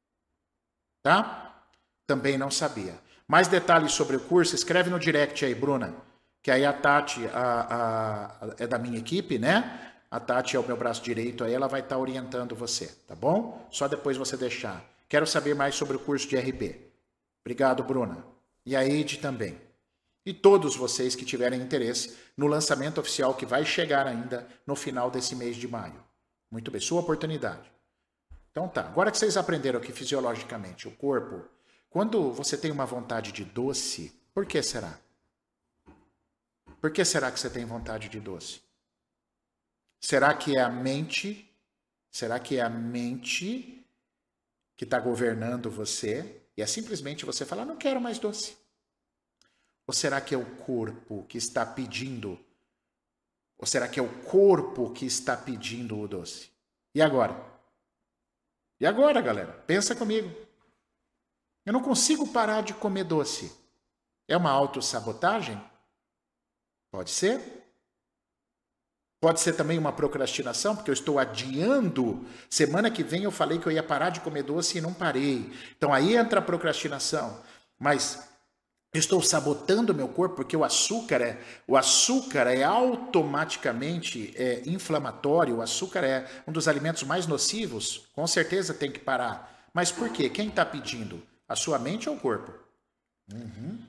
Speaker 1: Tá? Também não sabia. Mais detalhes sobre o curso, escreve no direct aí, Bruna, que aí a Tati a, a, a, é da minha equipe, né? A Tati é o meu braço direito, aí ela vai estar orientando você, tá bom? Só depois você deixar. Quero saber mais sobre o curso de R B. Obrigado, Bruna. E a Eide também. E todos vocês que tiverem interesse no lançamento oficial que vai chegar ainda no final desse mês de maio. Muito bem, sua oportunidade. Então tá, agora que vocês aprenderam que fisiologicamente o corpo, quando você tem uma vontade de doce, por que será? Por que será que você tem vontade de doce? Será que é a mente? Será que é a mente que está governando você? E é simplesmente você falar, não quero mais doce. Ou será que é o corpo que está pedindo? Ou será que é o corpo que está pedindo o doce? E agora? E agora, galera? Pensa comigo. Eu não consigo parar de comer doce. É uma autossabotagem? Pode ser. Pode ser também uma procrastinação, porque eu estou adiando. Semana que vem eu falei que eu ia parar de comer doce e não parei. Então aí entra a procrastinação. Mas eu estou sabotando o meu corpo porque o açúcar é, o açúcar é automaticamente é, inflamatório. O açúcar é um dos alimentos mais nocivos. Com certeza tem que parar. Mas por quê? Quem está pedindo? A sua mente ou o corpo? Uhum.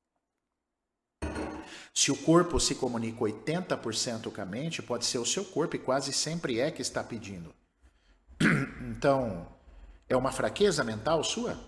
Speaker 1: Se o corpo se comunica oitenta por cento com a mente, pode ser o seu corpo e quase sempre é que está pedindo. Então, é uma fraqueza mental sua?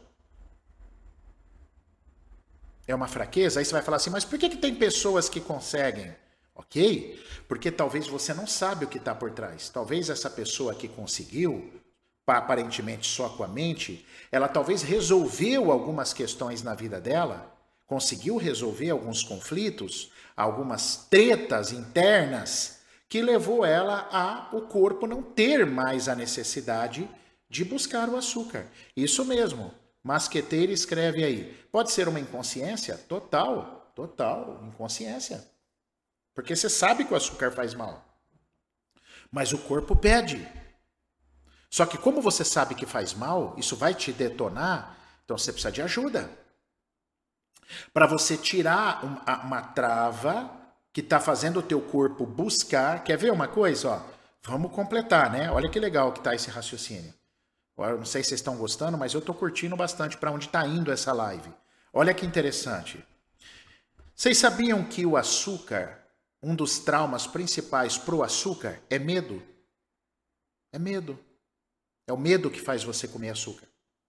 Speaker 1: É uma fraqueza? Aí você vai falar assim, mas por que, que tem pessoas que conseguem? Ok? Porque talvez você não sabe o que está por trás. Talvez essa pessoa que conseguiu, aparentemente só com a mente, ela talvez resolveu algumas questões na vida dela, conseguiu resolver alguns conflitos, algumas tretas internas, que levou ela a o corpo não ter mais a necessidade de buscar o açúcar. Isso mesmo. Masqueteiro escreve aí. Pode ser uma inconsciência? Total, total, inconsciência. Porque você sabe que o açúcar faz mal. Mas o corpo pede. Só que como você sabe que faz mal, isso vai te detonar, então você precisa de ajuda. Para você tirar uma, uma trava que está fazendo o teu corpo buscar. Quer ver uma coisa? Ó, vamos completar, né? Olha que legal que está esse raciocínio. Eu não sei se vocês estão gostando, mas eu estou curtindo bastante para onde está indo essa live. Olha que interessante. Vocês sabiam que o açúcar, um dos traumas principais para o açúcar é medo? É medo. É o medo que faz você comer açúcar.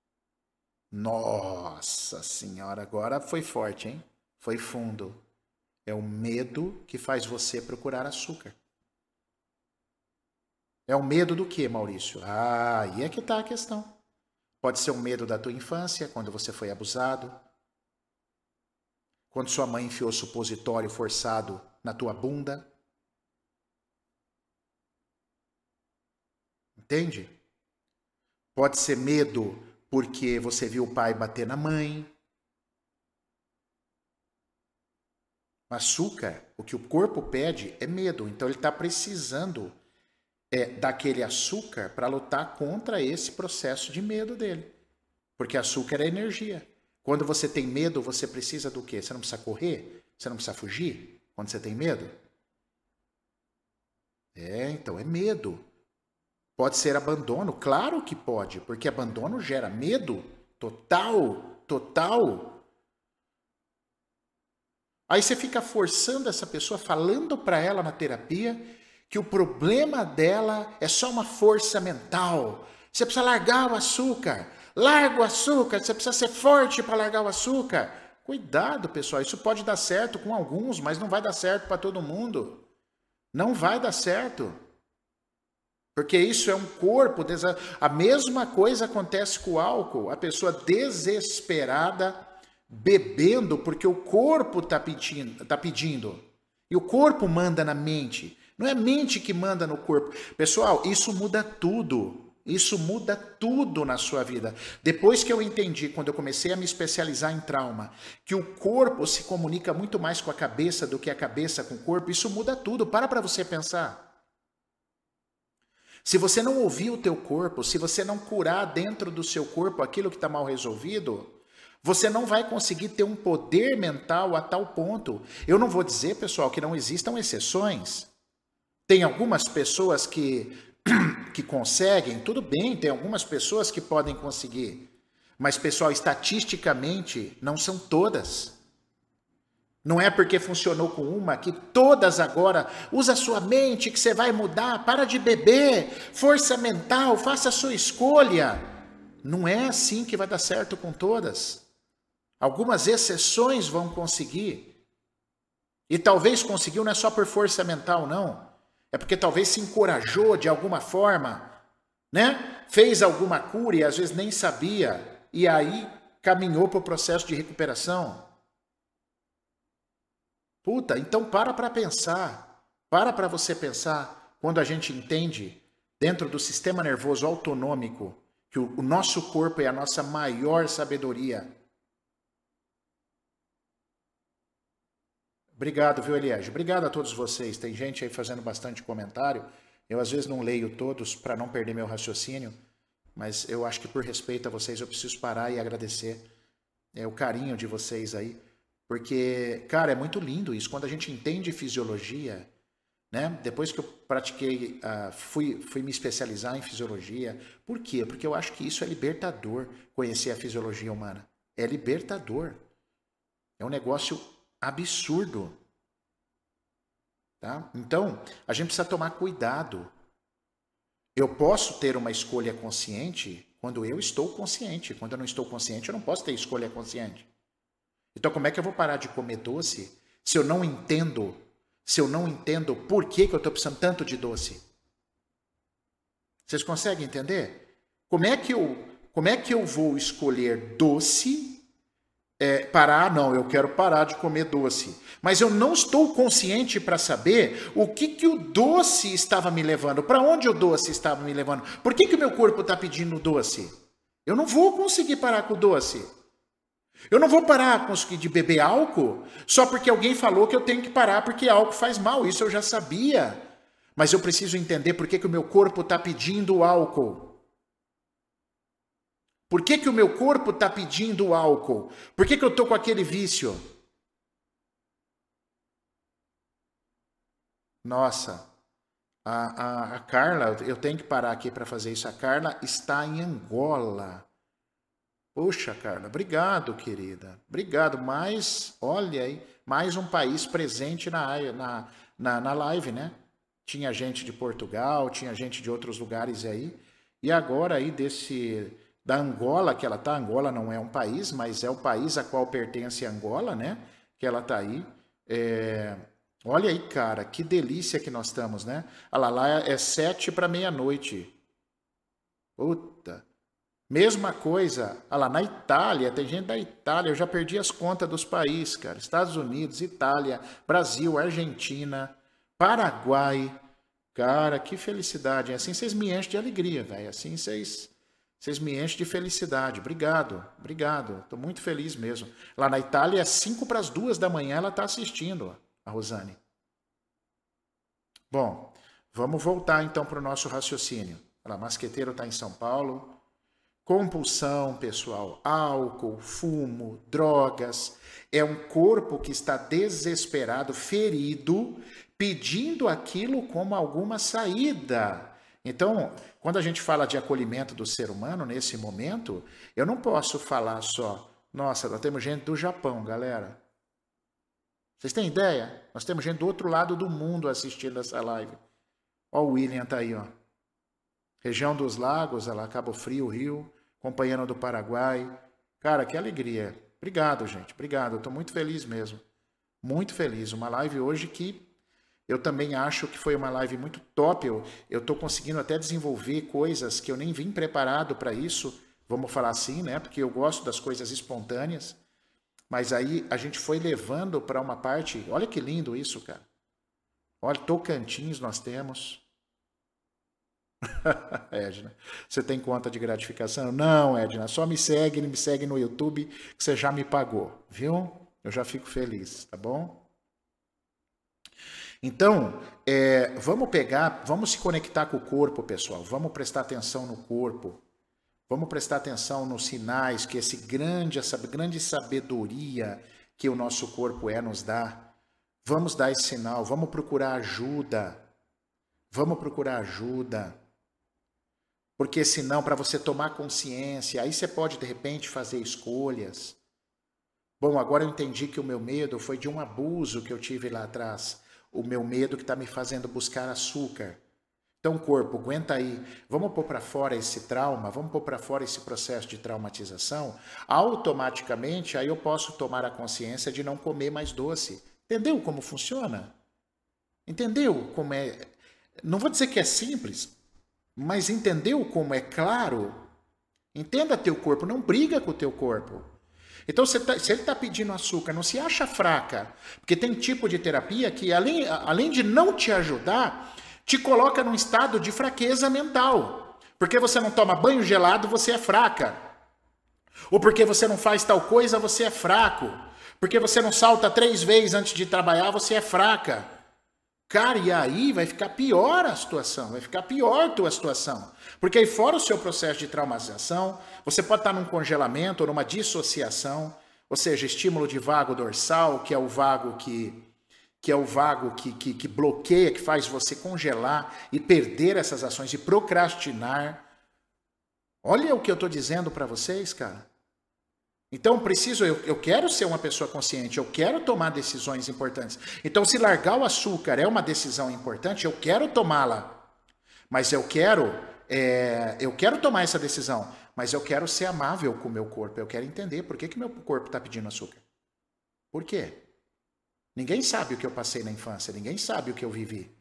Speaker 1: Nossa senhora, agora foi forte, hein? Foi fundo. É o medo que faz você procurar açúcar. É o medo do quê, Maurício? Ah, aí é que está a questão. Pode ser o medo da tua infância, quando você foi abusado. Quando sua mãe enfiou supositório forçado na tua bunda. Entende? Pode ser medo porque você viu o pai bater na mãe. Açúcar, o que o corpo pede é medo. Então ele está precisando é, daquele açúcar para lutar contra esse processo de medo dele. Porque açúcar é energia. Quando você tem medo, você precisa do quê? Você não precisa correr? Você não precisa fugir? Quando você tem medo? É, então é medo. Pode ser abandono? Claro que pode, porque abandono gera medo total, total. Aí você fica forçando essa pessoa, falando para ela na terapia que o problema dela é só uma força mental. Você precisa largar o açúcar. Larga o açúcar, você precisa ser forte para largar o açúcar. Cuidado, pessoal, isso pode dar certo com alguns, mas não vai dar certo para todo mundo. Não vai dar certo. Porque isso é um corpo... Desa... A mesma coisa acontece com o álcool. A pessoa desesperada, bebendo, porque o corpo está pedindo, tá pedindo. E o corpo manda na mente. Não é a mente que manda no corpo. Pessoal, isso muda tudo. Isso muda tudo na sua vida. Depois que eu entendi, quando eu comecei a me especializar em trauma, que o corpo se comunica muito mais com a cabeça do que a cabeça com o corpo, isso muda tudo. Para para você pensar. Se você não ouvir o teu corpo, se você não curar dentro do seu corpo aquilo que está mal resolvido, você não vai conseguir ter um poder mental a tal ponto. Eu não vou dizer, pessoal, que não existam exceções. Tem algumas pessoas que, que conseguem, tudo bem, tem algumas pessoas que podem conseguir. Mas, pessoal, estatisticamente, não são todas. Não é porque funcionou com uma que todas agora, usa sua mente que você vai mudar, para de beber, força mental, faça a sua escolha. Não é assim que vai dar certo com todas. Algumas exceções vão conseguir. E talvez conseguiu não é só por força mental, não. É porque talvez se encorajou de alguma forma, né? Fez alguma cura e às vezes nem sabia. E aí caminhou para o processo de recuperação. Puta, então para para pensar. Para para você pensar. Quando a gente entende, dentro do sistema nervoso autonômico, que o, o nosso corpo é a nossa maior sabedoria. Obrigado, viu, Eliege? Obrigado a todos vocês. Tem gente aí fazendo bastante comentário. Eu, às vezes, não leio todos para não perder meu raciocínio, mas eu acho que, por respeito a vocês, eu preciso parar e agradecer é, o carinho de vocês aí. Porque, cara, é muito lindo isso. Quando a gente entende fisiologia, né? Depois que eu pratiquei, uh, fui, fui me especializar em fisiologia. Por quê? Porque eu acho que isso é libertador, conhecer a fisiologia humana. É libertador. É um negócio absurdo. Tá? Então, a gente precisa tomar cuidado. Eu posso ter uma escolha consciente quando eu estou consciente. Quando eu não estou consciente, eu não posso ter escolha consciente. Então, como é que eu vou parar de comer doce se eu não entendo, se eu não entendo por que, que eu estou precisando tanto de doce? Vocês conseguem entender? Como é que eu, como é que eu vou escolher doce? É, parar, não, eu quero parar de comer doce. Mas eu não estou consciente para saber o que, que o doce estava me levando, para onde o doce estava me levando. Por que, que o meu corpo está pedindo doce? Eu não vou conseguir parar com o doce. Eu não vou parar de beber álcool só porque alguém falou que eu tenho que parar porque álcool faz mal. Isso eu já sabia. Mas eu preciso entender por que, que o meu corpo está pedindo álcool. Por que, que o meu corpo está pedindo álcool? Por que, que eu estou com aquele vício? Nossa, a, a, a Carla, eu tenho que parar aqui para fazer isso. A Carla está em Angola. Poxa, Carla, obrigado, querida. Obrigado. Mais, olha aí, mais um país presente na, na, na, na live, né? Tinha gente de Portugal, tinha gente de outros lugares aí. E agora aí desse... da Angola, que ela está, Angola não é um país, mas é o país a qual pertence a Angola, né? Que ela está aí. É... Olha aí, cara, que delícia que nós estamos, né? Olha lá, lá é sete para meia-noite. Puta. Mesma coisa, olha lá, na Itália, tem gente da Itália, eu já perdi as contas dos países, cara. Estados Unidos, Itália, Brasil, Argentina, Paraguai. Cara, que felicidade. Assim vocês me enchem de alegria, velho. Assim vocês... Vocês me enchem de felicidade. Obrigado, obrigado. Estou muito feliz mesmo. Lá na Itália, às cinco para as duas da manhã, ela está assistindo, a Rosane. Bom, vamos voltar então para o nosso raciocínio. Olha lá, Masqueteiro está em São Paulo. Compulsão, pessoal, álcool, fumo, drogas. É um corpo que está desesperado, ferido, pedindo aquilo como alguma saída. Então, quando a gente fala de acolhimento do ser humano nesse momento, eu não posso falar só, nossa, nós temos gente do Japão, galera. Vocês têm ideia? Nós temos gente do outro lado do mundo assistindo essa live. Ó, o William tá aí, ó. Região dos Lagos, lá, Cabo Frio, Rio, Companheiro do Paraguai. Cara, que alegria. Obrigado, gente. Obrigado. Eu tô muito feliz mesmo. Muito feliz. Uma live hoje que eu também acho que foi uma live muito top. Eu, eu tô conseguindo até desenvolver coisas que eu nem vim preparado para isso. Vamos falar assim, né? Porque eu gosto das coisas espontâneas. Mas aí a gente foi levando para uma parte... Olha que lindo isso, cara. Olha, Tocantins nós temos. Edna, você tem conta de gratificação? Não, Edna, só me segue, me segue no YouTube que você já me pagou, viu? Eu já fico feliz, tá bom? Então, é, vamos pegar, vamos se conectar com o corpo, pessoal. Vamos prestar atenção no corpo. Vamos prestar atenção nos sinais que esse grande, essa grande sabedoria que o nosso corpo é nos dá. Vamos dar esse sinal, vamos procurar ajuda. Vamos procurar ajuda. Porque senão, para você tomar consciência, aí você pode, de repente, fazer escolhas. Bom, agora eu entendi que o meu medo foi de um abuso que eu tive lá atrás. O meu medo que está me fazendo buscar açúcar. Então, corpo, aguenta aí. Vamos pôr para fora esse trauma, vamos pôr para fora esse processo de traumatização. Automaticamente, aí eu posso tomar a consciência de não comer mais doce. Entendeu como funciona? Entendeu como é? Não vou dizer que é simples, mas entendeu como é claro? Entenda teu corpo, não briga com o teu corpo. Então, se, tá, se ele está pedindo açúcar, não se acha fraca. Porque tem tipo de terapia que, além, além de não te ajudar, te coloca num estado de fraqueza mental. Porque você não toma banho gelado, você é fraca. Ou porque você não faz tal coisa, você é fraco. Porque você não salta três vezes antes de trabalhar, você é fraca. Cara, e aí vai ficar pior a situação, vai ficar pior a tua situação. Porque aí fora o seu processo de traumatização, você pode estar num congelamento ou numa dissociação, ou seja, estímulo de vago dorsal, que é o vago que, que, é o vago que, que, que bloqueia, que faz você congelar e perder essas ações e procrastinar. Olha o que eu estou dizendo para vocês, cara. Então, preciso, eu, eu quero ser uma pessoa consciente, eu quero tomar decisões importantes. Então, se largar o açúcar é uma decisão importante, eu quero tomá-la. Mas eu quero, é, eu quero tomar essa decisão, mas eu quero ser amável com o meu corpo. Eu quero entender por que que meu corpo está pedindo açúcar. Por quê? Ninguém sabe o que eu passei na infância, ninguém sabe o que eu vivi.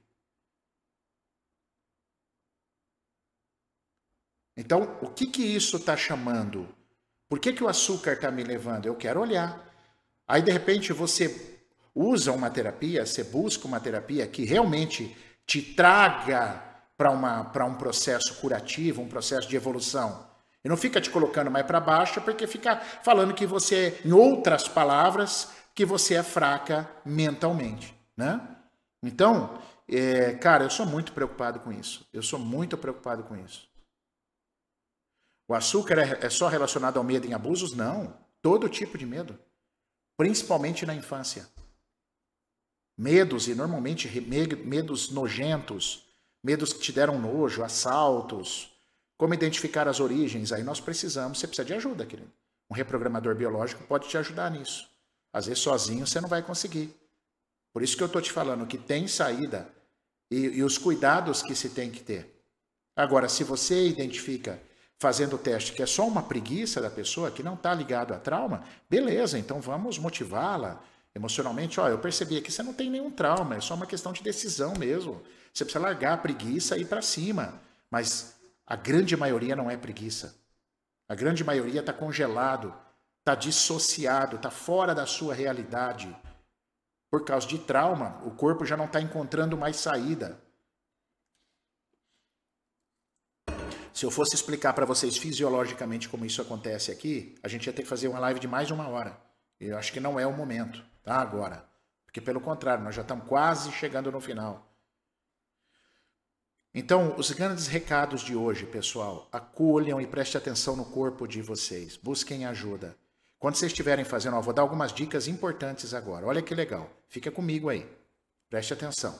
Speaker 1: Então, o que que isso está chamando? Por que que o açúcar está me levando? Eu quero olhar. Aí, de repente, você usa uma terapia, você busca uma terapia que realmente te traga para uma, para um processo curativo, um processo de evolução. E não fica te colocando mais para baixo, porque fica falando que você, em outras palavras, que você é fraca mentalmente, né? Então, é, cara, eu sou muito preocupado com isso. Eu sou muito preocupado com isso. O açúcar é só relacionado ao medo em abusos? Não. Todo tipo de medo. Principalmente na infância. Medos, e normalmente medos nojentos, medos que te deram nojo, assaltos. Como identificar as origens? Aí nós precisamos, você precisa de ajuda, querido. Um reprogramador biológico pode te ajudar nisso. Às vezes sozinho você não vai conseguir. Por isso que eu estou te falando que tem saída e, e os cuidados que se tem que ter. Agora, se você identifica... fazendo o teste, que é só uma preguiça da pessoa, que não está ligado a trauma, beleza, então vamos motivá-la emocionalmente. Ó, eu percebi aqui que você não tem nenhum trauma, é só uma questão de decisão mesmo. Você precisa largar a preguiça e ir para cima. Mas a grande maioria não é preguiça. A grande maioria está congelado, está dissociado, está fora da sua realidade. Por causa de trauma, o corpo já não está encontrando mais saída. Se eu fosse explicar para vocês fisiologicamente como isso acontece aqui, a gente ia ter que fazer uma live de mais de uma hora. Eu acho que não é o momento, tá? Agora. Porque, pelo contrário, nós já estamos quase chegando no final. Então, os grandes recados de hoje, pessoal, acolham e prestem atenção no corpo de vocês. Busquem ajuda. Quando vocês estiverem fazendo, ó, vou dar algumas dicas importantes agora. Olha que legal. Fica comigo aí. Preste atenção.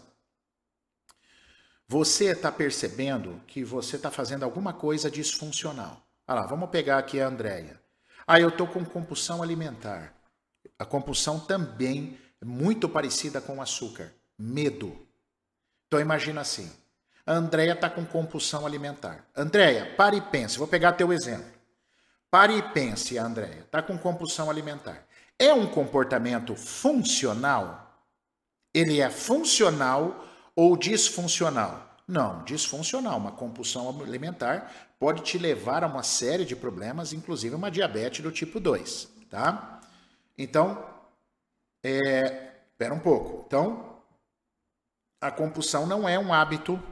Speaker 1: Você está percebendo que você está fazendo alguma coisa disfuncional. Olha lá, vamos pegar aqui a Andréia. Ah, eu estou com compulsão alimentar. A compulsão também é muito parecida com o açúcar. Medo. Então imagina assim. A Andréia está com compulsão alimentar. Andréia, pare e pense. Vou pegar teu exemplo. Pare e pense, Andréia. Está com compulsão alimentar. É um comportamento funcional? Ele é funcional ou disfuncional? Não, disfuncional. Uma compulsão alimentar pode te levar a uma série de problemas, inclusive uma diabetes do tipo dois, tá? Então, é... espera um pouco. Então, a compulsão não é um hábito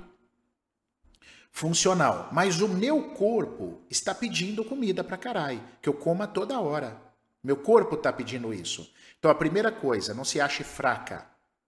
Speaker 1: funcional, mas o meu corpo está pedindo comida pra caralho, que eu coma toda hora. Meu corpo está pedindo isso. Então, a primeira coisa, não se ache fraca.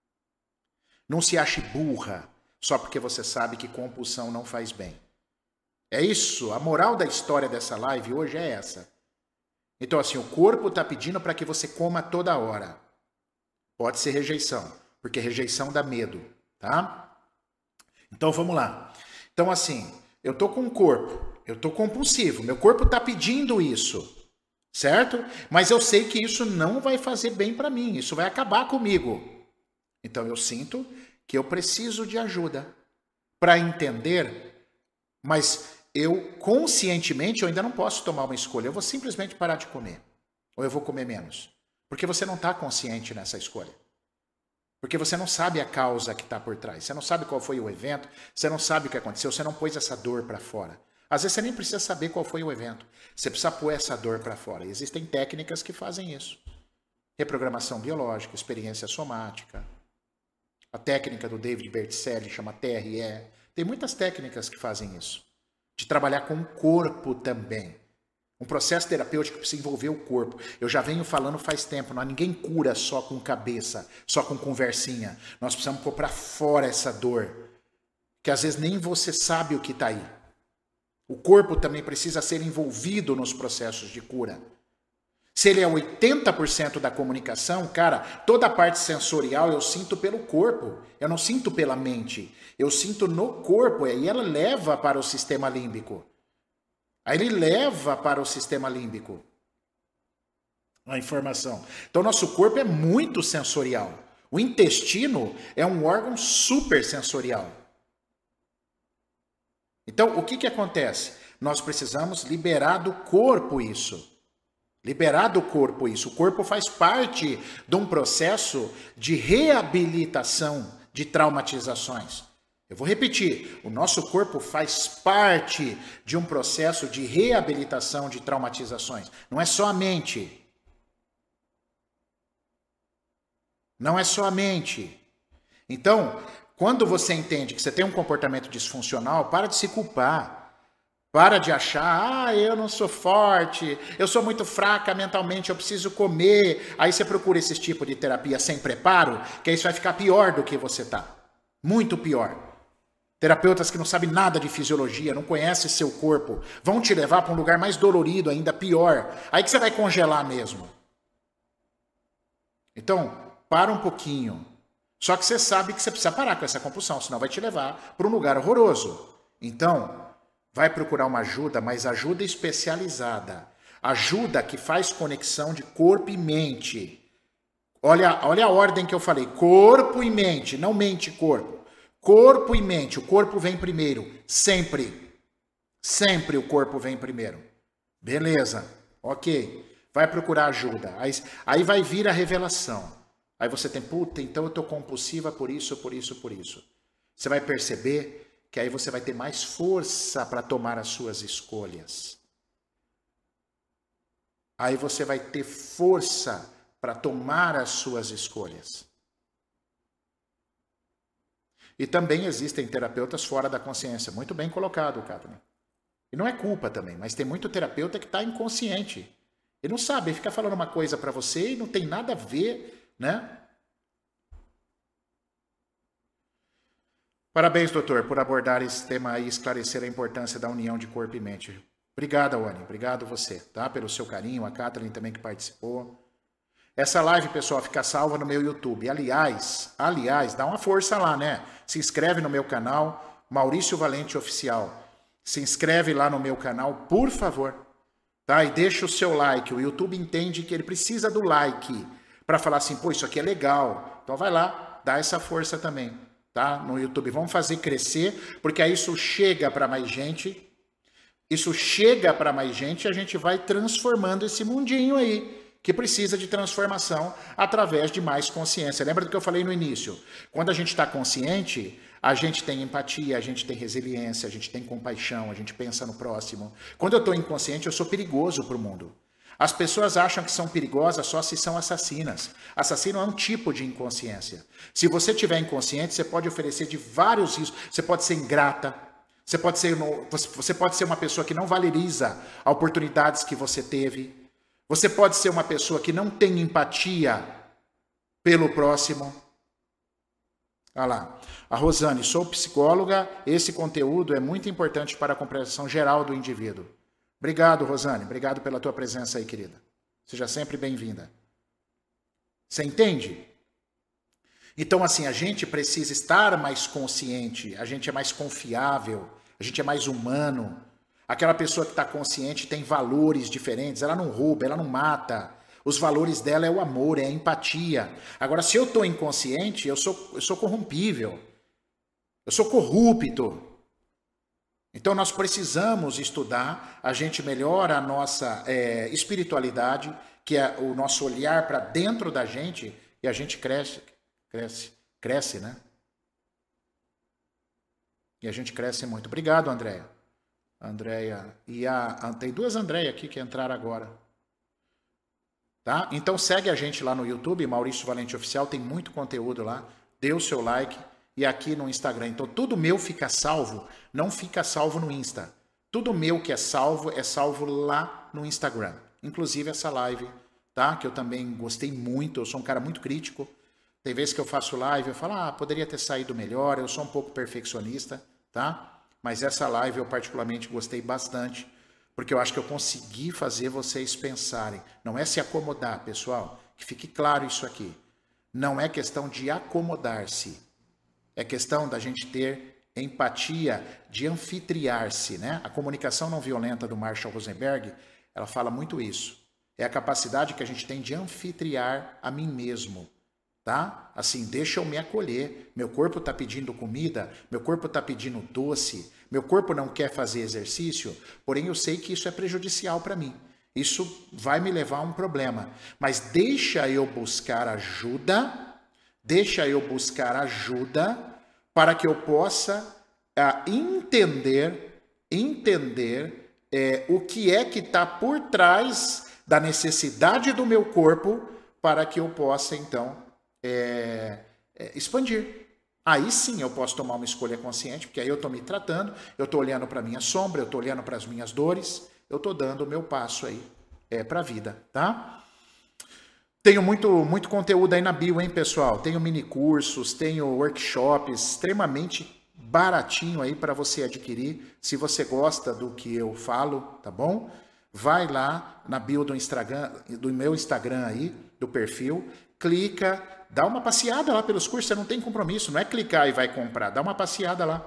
Speaker 1: Não se ache burra só porque você sabe que compulsão não faz bem. É isso, a moral da história dessa live hoje é essa. Então assim, o corpo está pedindo para que você coma toda hora. Pode ser rejeição, porque rejeição dá medo, tá? Então vamos lá. Então assim, eu tô com o corpo, eu tô compulsivo, meu corpo está pedindo isso, certo? Mas eu sei que isso não vai fazer bem para mim, isso vai acabar comigo. Então eu sinto que eu preciso de ajuda para entender, mas eu conscientemente eu ainda não posso tomar uma escolha. Eu vou simplesmente parar de comer. Ou eu vou comer menos. Porque você não está consciente nessa escolha. Porque você não sabe a causa que está por trás. Você não sabe qual foi o evento. Você não sabe o que aconteceu. Você não pôs essa dor para fora. Às vezes você nem precisa saber qual foi o evento. Você precisa pôr essa dor para fora. E existem técnicas que fazem isso. Reprogramação biológica, experiência somática. A técnica do David Berticelli chama T R E. Tem muitas técnicas que fazem isso. De trabalhar com o corpo também. Um processo terapêutico precisa envolver o corpo. Eu já venho falando faz tempo, não, ninguém cura só com cabeça, só com conversinha. Nós precisamos pôr para fora essa dor, que às vezes nem você sabe o que está aí. O corpo também precisa ser envolvido nos processos de cura. Se ele é oitenta por cento da comunicação, cara, toda a parte sensorial eu sinto pelo corpo. Eu não sinto pela mente. Eu sinto no corpo. E aí ela leva para o sistema límbico. Aí ele leva para o sistema límbico a informação. Então, nosso corpo é muito sensorial. O intestino é um órgão super sensorial. Então, o que que acontece? Nós precisamos liberar do corpo isso. Liberar do corpo isso. O corpo faz parte de um processo de reabilitação de traumatizações. Eu vou repetir. O nosso corpo faz parte de um processo de reabilitação de traumatizações. Não é só a mente. Não é só a mente. Então, quando você entende que você tem um comportamento disfuncional, para de se culpar. Para de achar, ah, eu não sou forte, eu sou muito fraca mentalmente, eu preciso comer. Aí você procura esse tipo de terapia sem preparo, que aí isso vai ficar pior do que você tá. Muito pior. Terapeutas que não sabem nada de fisiologia, não conhecem seu corpo, vão te levar para um lugar mais dolorido, ainda pior. Aí que você vai congelar mesmo. Então, para um pouquinho. Só que você sabe que você precisa parar com essa compulsão, senão vai te levar para um lugar horroroso. Então, vai procurar uma ajuda, mas ajuda especializada. Ajuda que faz conexão de corpo e mente. Olha, olha a ordem que eu falei. Corpo e mente, não mente e corpo. Corpo e mente. O corpo vem primeiro. Sempre. Sempre o corpo vem primeiro. Beleza. Ok. Vai procurar ajuda. Aí, aí vai vir a revelação. Aí você tem, puta, então eu tô compulsiva por isso, por isso, por isso. Você vai perceber que aí você vai ter mais força para tomar as suas escolhas. Aí você vai ter força para tomar as suas escolhas. E também existem terapeutas fora da consciência. Muito bem colocado, Catherine. E não é culpa também, mas tem muito terapeuta que está inconsciente. Ele não sabe, ele fica falando uma coisa para você e não tem nada a ver, né? Parabéns, doutor, por abordar esse tema e esclarecer a importância da união de corpo e mente. Obrigado, Wani. Obrigado você, tá? Pelo seu carinho. A Kathleen também que participou. Essa live, pessoal, fica salva no meu YouTube. Aliás, aliás, dá uma força lá, né? Se inscreve no meu canal, Maurício Valente Oficial. Se inscreve lá no meu canal, por favor. Tá? E deixa o seu like. O YouTube entende que ele precisa do like para falar assim, pô, isso aqui é legal. Então vai lá, dá essa força também, tá? No YouTube. Vamos fazer crescer, porque aí isso chega para mais gente. Isso chega para mais gente e a gente vai transformando esse mundinho aí, que precisa de transformação através de mais consciência. Lembra do que eu falei no início? Quando a gente está consciente, a gente tem empatia, a gente tem resiliência, a gente tem compaixão, a gente pensa no próximo. Quando eu estou inconsciente, eu sou perigoso para o mundo. As pessoas acham que são perigosas só se são assassinas. Assassino é um tipo de inconsciência. Se você tiver inconsciente, você pode oferecer de vários riscos. Você pode ser ingrata, você pode ser, você pode ser uma pessoa que não valoriza as oportunidades que você teve. Você pode ser uma pessoa que não tem empatia pelo próximo. Olha lá. A Rosane, sou psicóloga. Esse conteúdo é muito importante para a compreensão geral do indivíduo. Obrigado, Rosane. Obrigado pela tua presença aí, querida. Seja sempre bem-vinda. Você entende? Então, assim, a gente precisa estar mais consciente. A gente é mais confiável. A gente é mais humano. Aquela pessoa que está consciente tem valores diferentes, ela não rouba, ela não mata. Os valores dela é o amor, é a empatia. Agora, se eu estou inconsciente, eu sou, eu sou corrompível. Eu sou corrupto. Então, nós precisamos estudar, a gente melhora a nossa é, espiritualidade, que é o nosso olhar para dentro da gente, e a gente cresce, cresce, cresce, né? E a gente cresce muito. Obrigado, Andréia. Andréia, e a, a, tem duas Andréia aqui que entraram agora. Tá? Então segue a gente lá no YouTube, Maurício Valente Oficial, tem muito conteúdo lá. Dê o seu like e aqui no Instagram. Então tudo meu fica salvo, não fica salvo no Insta. Tudo meu que é salvo, é salvo lá no Instagram. Inclusive essa live, tá? Que eu também gostei muito, eu sou um cara muito crítico. Tem vezes que eu faço live, eu falo, ah, poderia ter saído melhor, eu sou um pouco perfeccionista, tá? Mas essa live eu particularmente gostei bastante, porque eu acho que eu consegui fazer vocês pensarem. Não é se acomodar, pessoal, que fique claro isso aqui. Não é questão de acomodar-se. É questão da gente ter empatia, de anfitriar-se, né? A comunicação não violenta do Marshall Rosenberg, ela fala muito isso. É a capacidade que a gente tem de anfitriar a mim mesmo. Tá? Assim, deixa eu me acolher. Meu corpo está pedindo comida, meu corpo está pedindo doce, meu corpo não quer fazer exercício, porém eu sei que isso é prejudicial para mim. Isso vai me levar a um problema. Mas deixa eu buscar ajuda, deixa eu buscar ajuda para que eu possa ah, entender, entender é, o que é que está por trás da necessidade do meu corpo para que eu possa, então, É, é, expandir. Aí sim eu posso tomar uma escolha consciente, porque aí eu estou me tratando, eu estou olhando para a minha sombra, eu estou olhando para as minhas dores, eu estou dando o meu passo aí é, para a vida, tá? Tenho muito, muito conteúdo aí na bio, hein, pessoal? Tenho mini cursos, tenho workshops extremamente baratinho aí para você adquirir, se você gosta do que eu falo, tá bom? Vai lá na bio do Instagram, do meu Instagram aí, do perfil, clica, dá uma passeada lá pelos cursos, você não tem compromisso, não é clicar e vai comprar, dá uma passeada lá.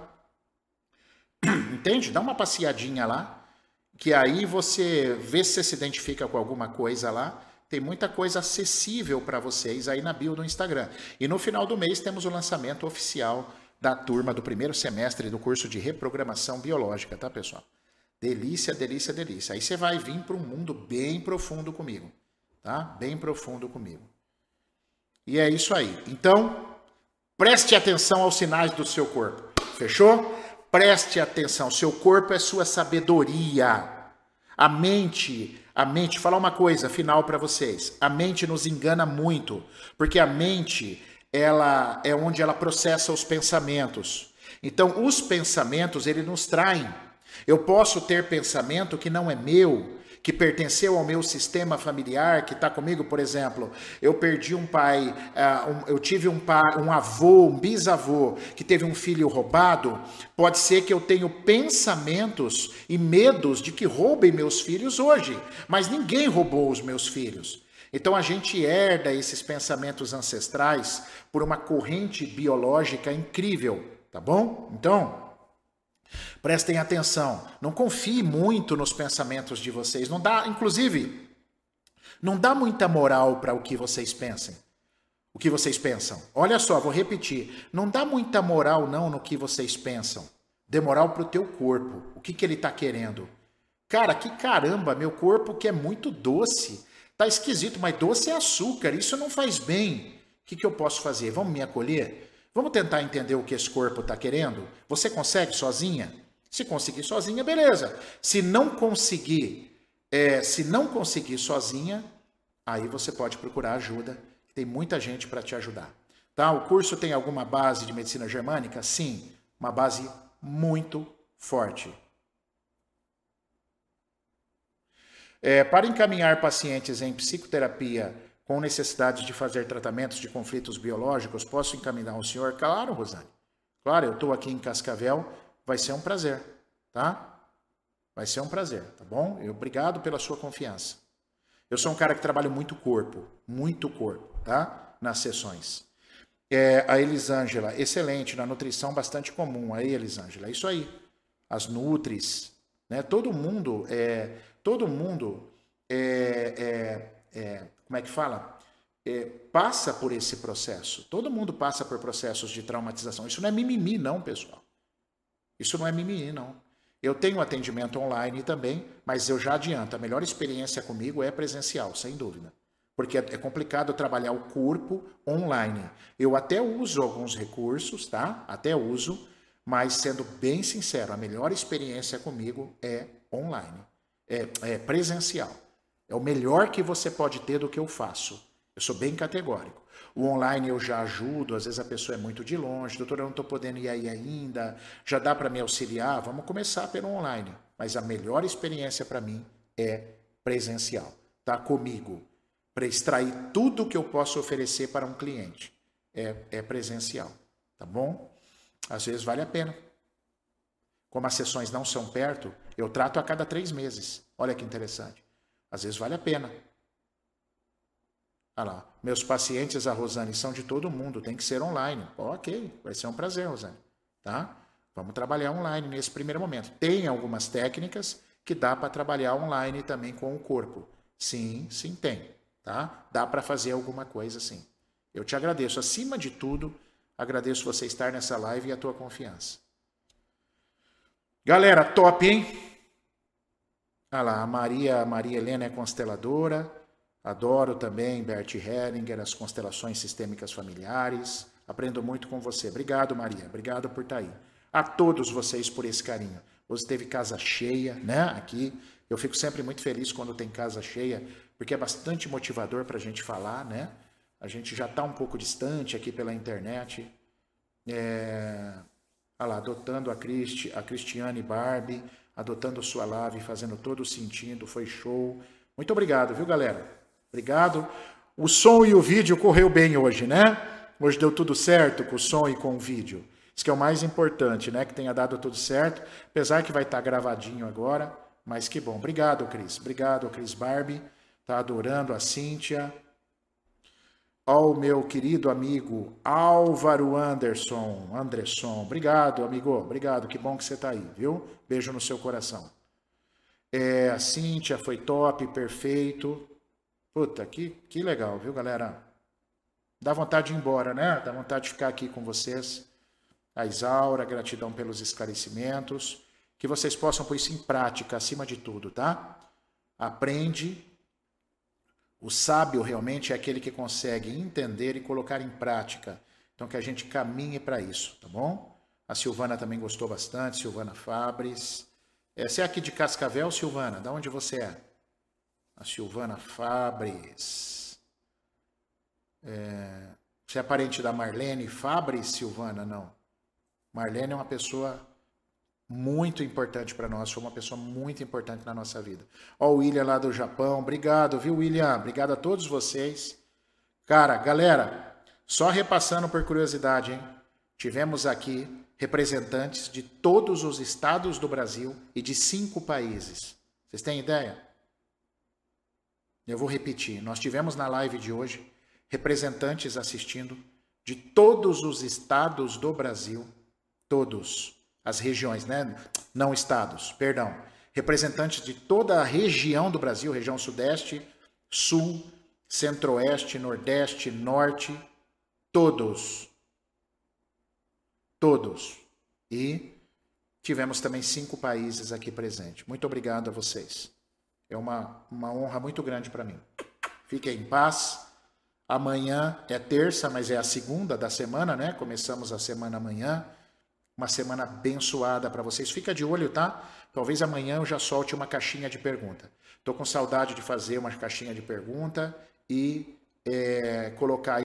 Speaker 1: Entende? Dá uma passeadinha lá, que aí você vê se você se identifica com alguma coisa lá, tem muita coisa acessível para vocês aí na bio do Instagram. E no final do mês temos o lançamento oficial da turma do primeiro semestre do curso de reprogramação biológica, tá, pessoal? Delícia, delícia, delícia. Aí você vai vir para um mundo bem profundo comigo, tá? Bem profundo comigo. E é isso aí. Então, preste atenção aos sinais do seu corpo. Fechou? Preste atenção. Seu corpo é sua sabedoria. A mente, a mente, falar uma coisa final para vocês. A mente nos engana muito, porque a mente, ela é onde ela processa os pensamentos. Então, os pensamentos, eles nos traem. Eu posso ter pensamento que não é meu, que pertenceu ao meu sistema familiar, que está comigo, por exemplo, eu perdi um pai, uh, um, eu tive um, pai, um avô, um bisavô, que teve um filho roubado, pode ser que eu tenha pensamentos e medos de que roubem meus filhos hoje, mas ninguém roubou os meus filhos. Então a gente herda esses pensamentos ancestrais por uma corrente biológica incrível, tá bom? Então, prestem atenção, não confie muito nos pensamentos de vocês, não dá, inclusive, não dá muita moral para o que vocês pensem. O que vocês pensam. Olha só, vou repetir, não dá muita moral não no que vocês pensam. Dê moral pro teu corpo. O que que ele tá querendo? Cara, que caramba, meu corpo que é muito doce. Tá esquisito, mas doce é açúcar, isso não faz bem. O que que eu posso fazer? Vamos me acolher? Vamos tentar entender o que esse corpo está querendo? Você consegue sozinha? Se conseguir sozinha, beleza. Se não conseguir, é, se não conseguir sozinha, aí você pode procurar ajuda. Tem muita gente para te ajudar. Tá? O curso tem alguma base de medicina germânica? Sim, uma base muito forte. É, para encaminhar pacientes em psicoterapia com necessidade de fazer tratamentos de conflitos biológicos, posso encaminhar o senhor? Claro, Rosane. Claro, eu estou aqui em Cascavel, vai ser um prazer, tá? Vai ser um prazer, tá bom? Eu, obrigado pela sua confiança. Eu sou um cara que trabalha muito corpo, muito corpo, tá? Nas sessões. É, a Elisângela, excelente, na nutrição bastante comum. Aí, Elisângela, é isso aí. As nutris, né? Todo mundo, é, todo mundo, é, é, é, como é que fala? É, passa por esse processo. Todo mundo passa por processos de traumatização. Isso não é mimimi, não, pessoal. Isso não é mimimi, não. Eu tenho atendimento online também, mas eu já adianto, a melhor experiência comigo é presencial, sem dúvida. Porque é complicado trabalhar o corpo online. Eu até uso alguns recursos, tá? Até uso, mas sendo bem sincero, a melhor experiência comigo é online, é, é presencial. É o melhor que você pode ter do que eu faço. Eu sou bem categórico. O online eu já ajudo, às vezes a pessoa é muito de longe, doutor, eu não estou podendo ir aí ainda, já dá para me auxiliar? Vamos começar pelo online. Mas a melhor experiência para mim é presencial. Tá comigo. Para extrair tudo que eu posso oferecer para um cliente. É, é presencial. Tá bom? Às vezes vale a pena. Como as sessões não são perto, eu trato a cada três meses. Olha que interessante. Às vezes vale a pena. Olha lá, meus pacientes, a Rosane, são de todo mundo, tem que ser online. Ok, vai ser um prazer, Rosane. Tá? Vamos trabalhar online nesse primeiro momento. Tem algumas técnicas que dá para trabalhar online também com o corpo. Sim, sim tem. Tá? Dá para fazer alguma coisa sim. Eu te agradeço. Acima de tudo, agradeço você estar nessa live e a tua confiança. Galera, top, hein? Olha lá, a Maria, a Maria Helena é consteladora. Adoro também Bert Hellinger, as constelações sistêmicas familiares. Aprendo muito com você. Obrigado, Maria. Obrigado por estar aí. A todos vocês por esse carinho. Hoje teve casa cheia, né? Aqui. Eu fico sempre muito feliz quando tem casa cheia, porque é bastante motivador para a gente falar, né? A gente já está um pouco distante aqui pela internet. É... Olha lá, adotando a, Cristi, a Cristiane Barbie, adotando sua live, fazendo todo o sentido. Foi show. Muito obrigado, viu, galera? Obrigado. O som e o vídeo correu bem hoje, né? Hoje deu tudo certo com o som e com o vídeo. Isso que é o mais importante, né? Que tenha dado tudo certo. Apesar que vai estar gravadinho agora, mas que bom. Obrigado, Cris. Obrigado, Cris Barbie. Tá adorando a Cíntia. Ó, o meu querido amigo Álvaro Anderson. Anderson. Obrigado, amigo. Obrigado. Que bom que você tá aí, viu? Beijo no seu coração. É, a Cíntia foi top, perfeito. Puta, que, que legal, viu, galera? Dá vontade de ir embora, né? Dá vontade de ficar aqui com vocês. A Isaura, gratidão pelos esclarecimentos. Que vocês possam pôr isso em prática, acima de tudo, tá? Aprende. O sábio realmente é aquele que consegue entender e colocar em prática. Então, que a gente caminhe para isso, tá bom? A Silvana também gostou bastante, Silvana Fabres. É, você é aqui de Cascavel, Silvana? Da onde você é? A Silvana Fabres. É, você é parente da Marlene Fabres, Silvana? Não. Marlene é uma pessoa muito importante para nós, foi uma pessoa muito importante na nossa vida. Ó, o William lá do Japão, obrigado, viu, William? Obrigado a todos vocês. Cara, galera, só repassando por curiosidade, hein? Tivemos aqui representantes de todos os estados do Brasil e de cinco países. Vocês têm ideia? Eu vou repetir. Nós tivemos na live de hoje representantes assistindo de todos os estados do Brasil, todos, as regiões, né? Não estados, perdão. Representantes de toda a região do Brasil, região sudeste, sul, centro-oeste, nordeste, norte, todos. Todos. E tivemos também cinco países aqui presentes. Muito obrigado a vocês. É uma, uma honra muito grande para mim. Fiquem em paz. Amanhã é terça, mas é a segunda da semana, né? Começamos a semana amanhã. Uma semana abençoada para vocês. Fica de olho, tá? Talvez amanhã eu já solte uma caixinha de pergunta. Tô com saudade de fazer uma caixinha de pergunta e é, colocar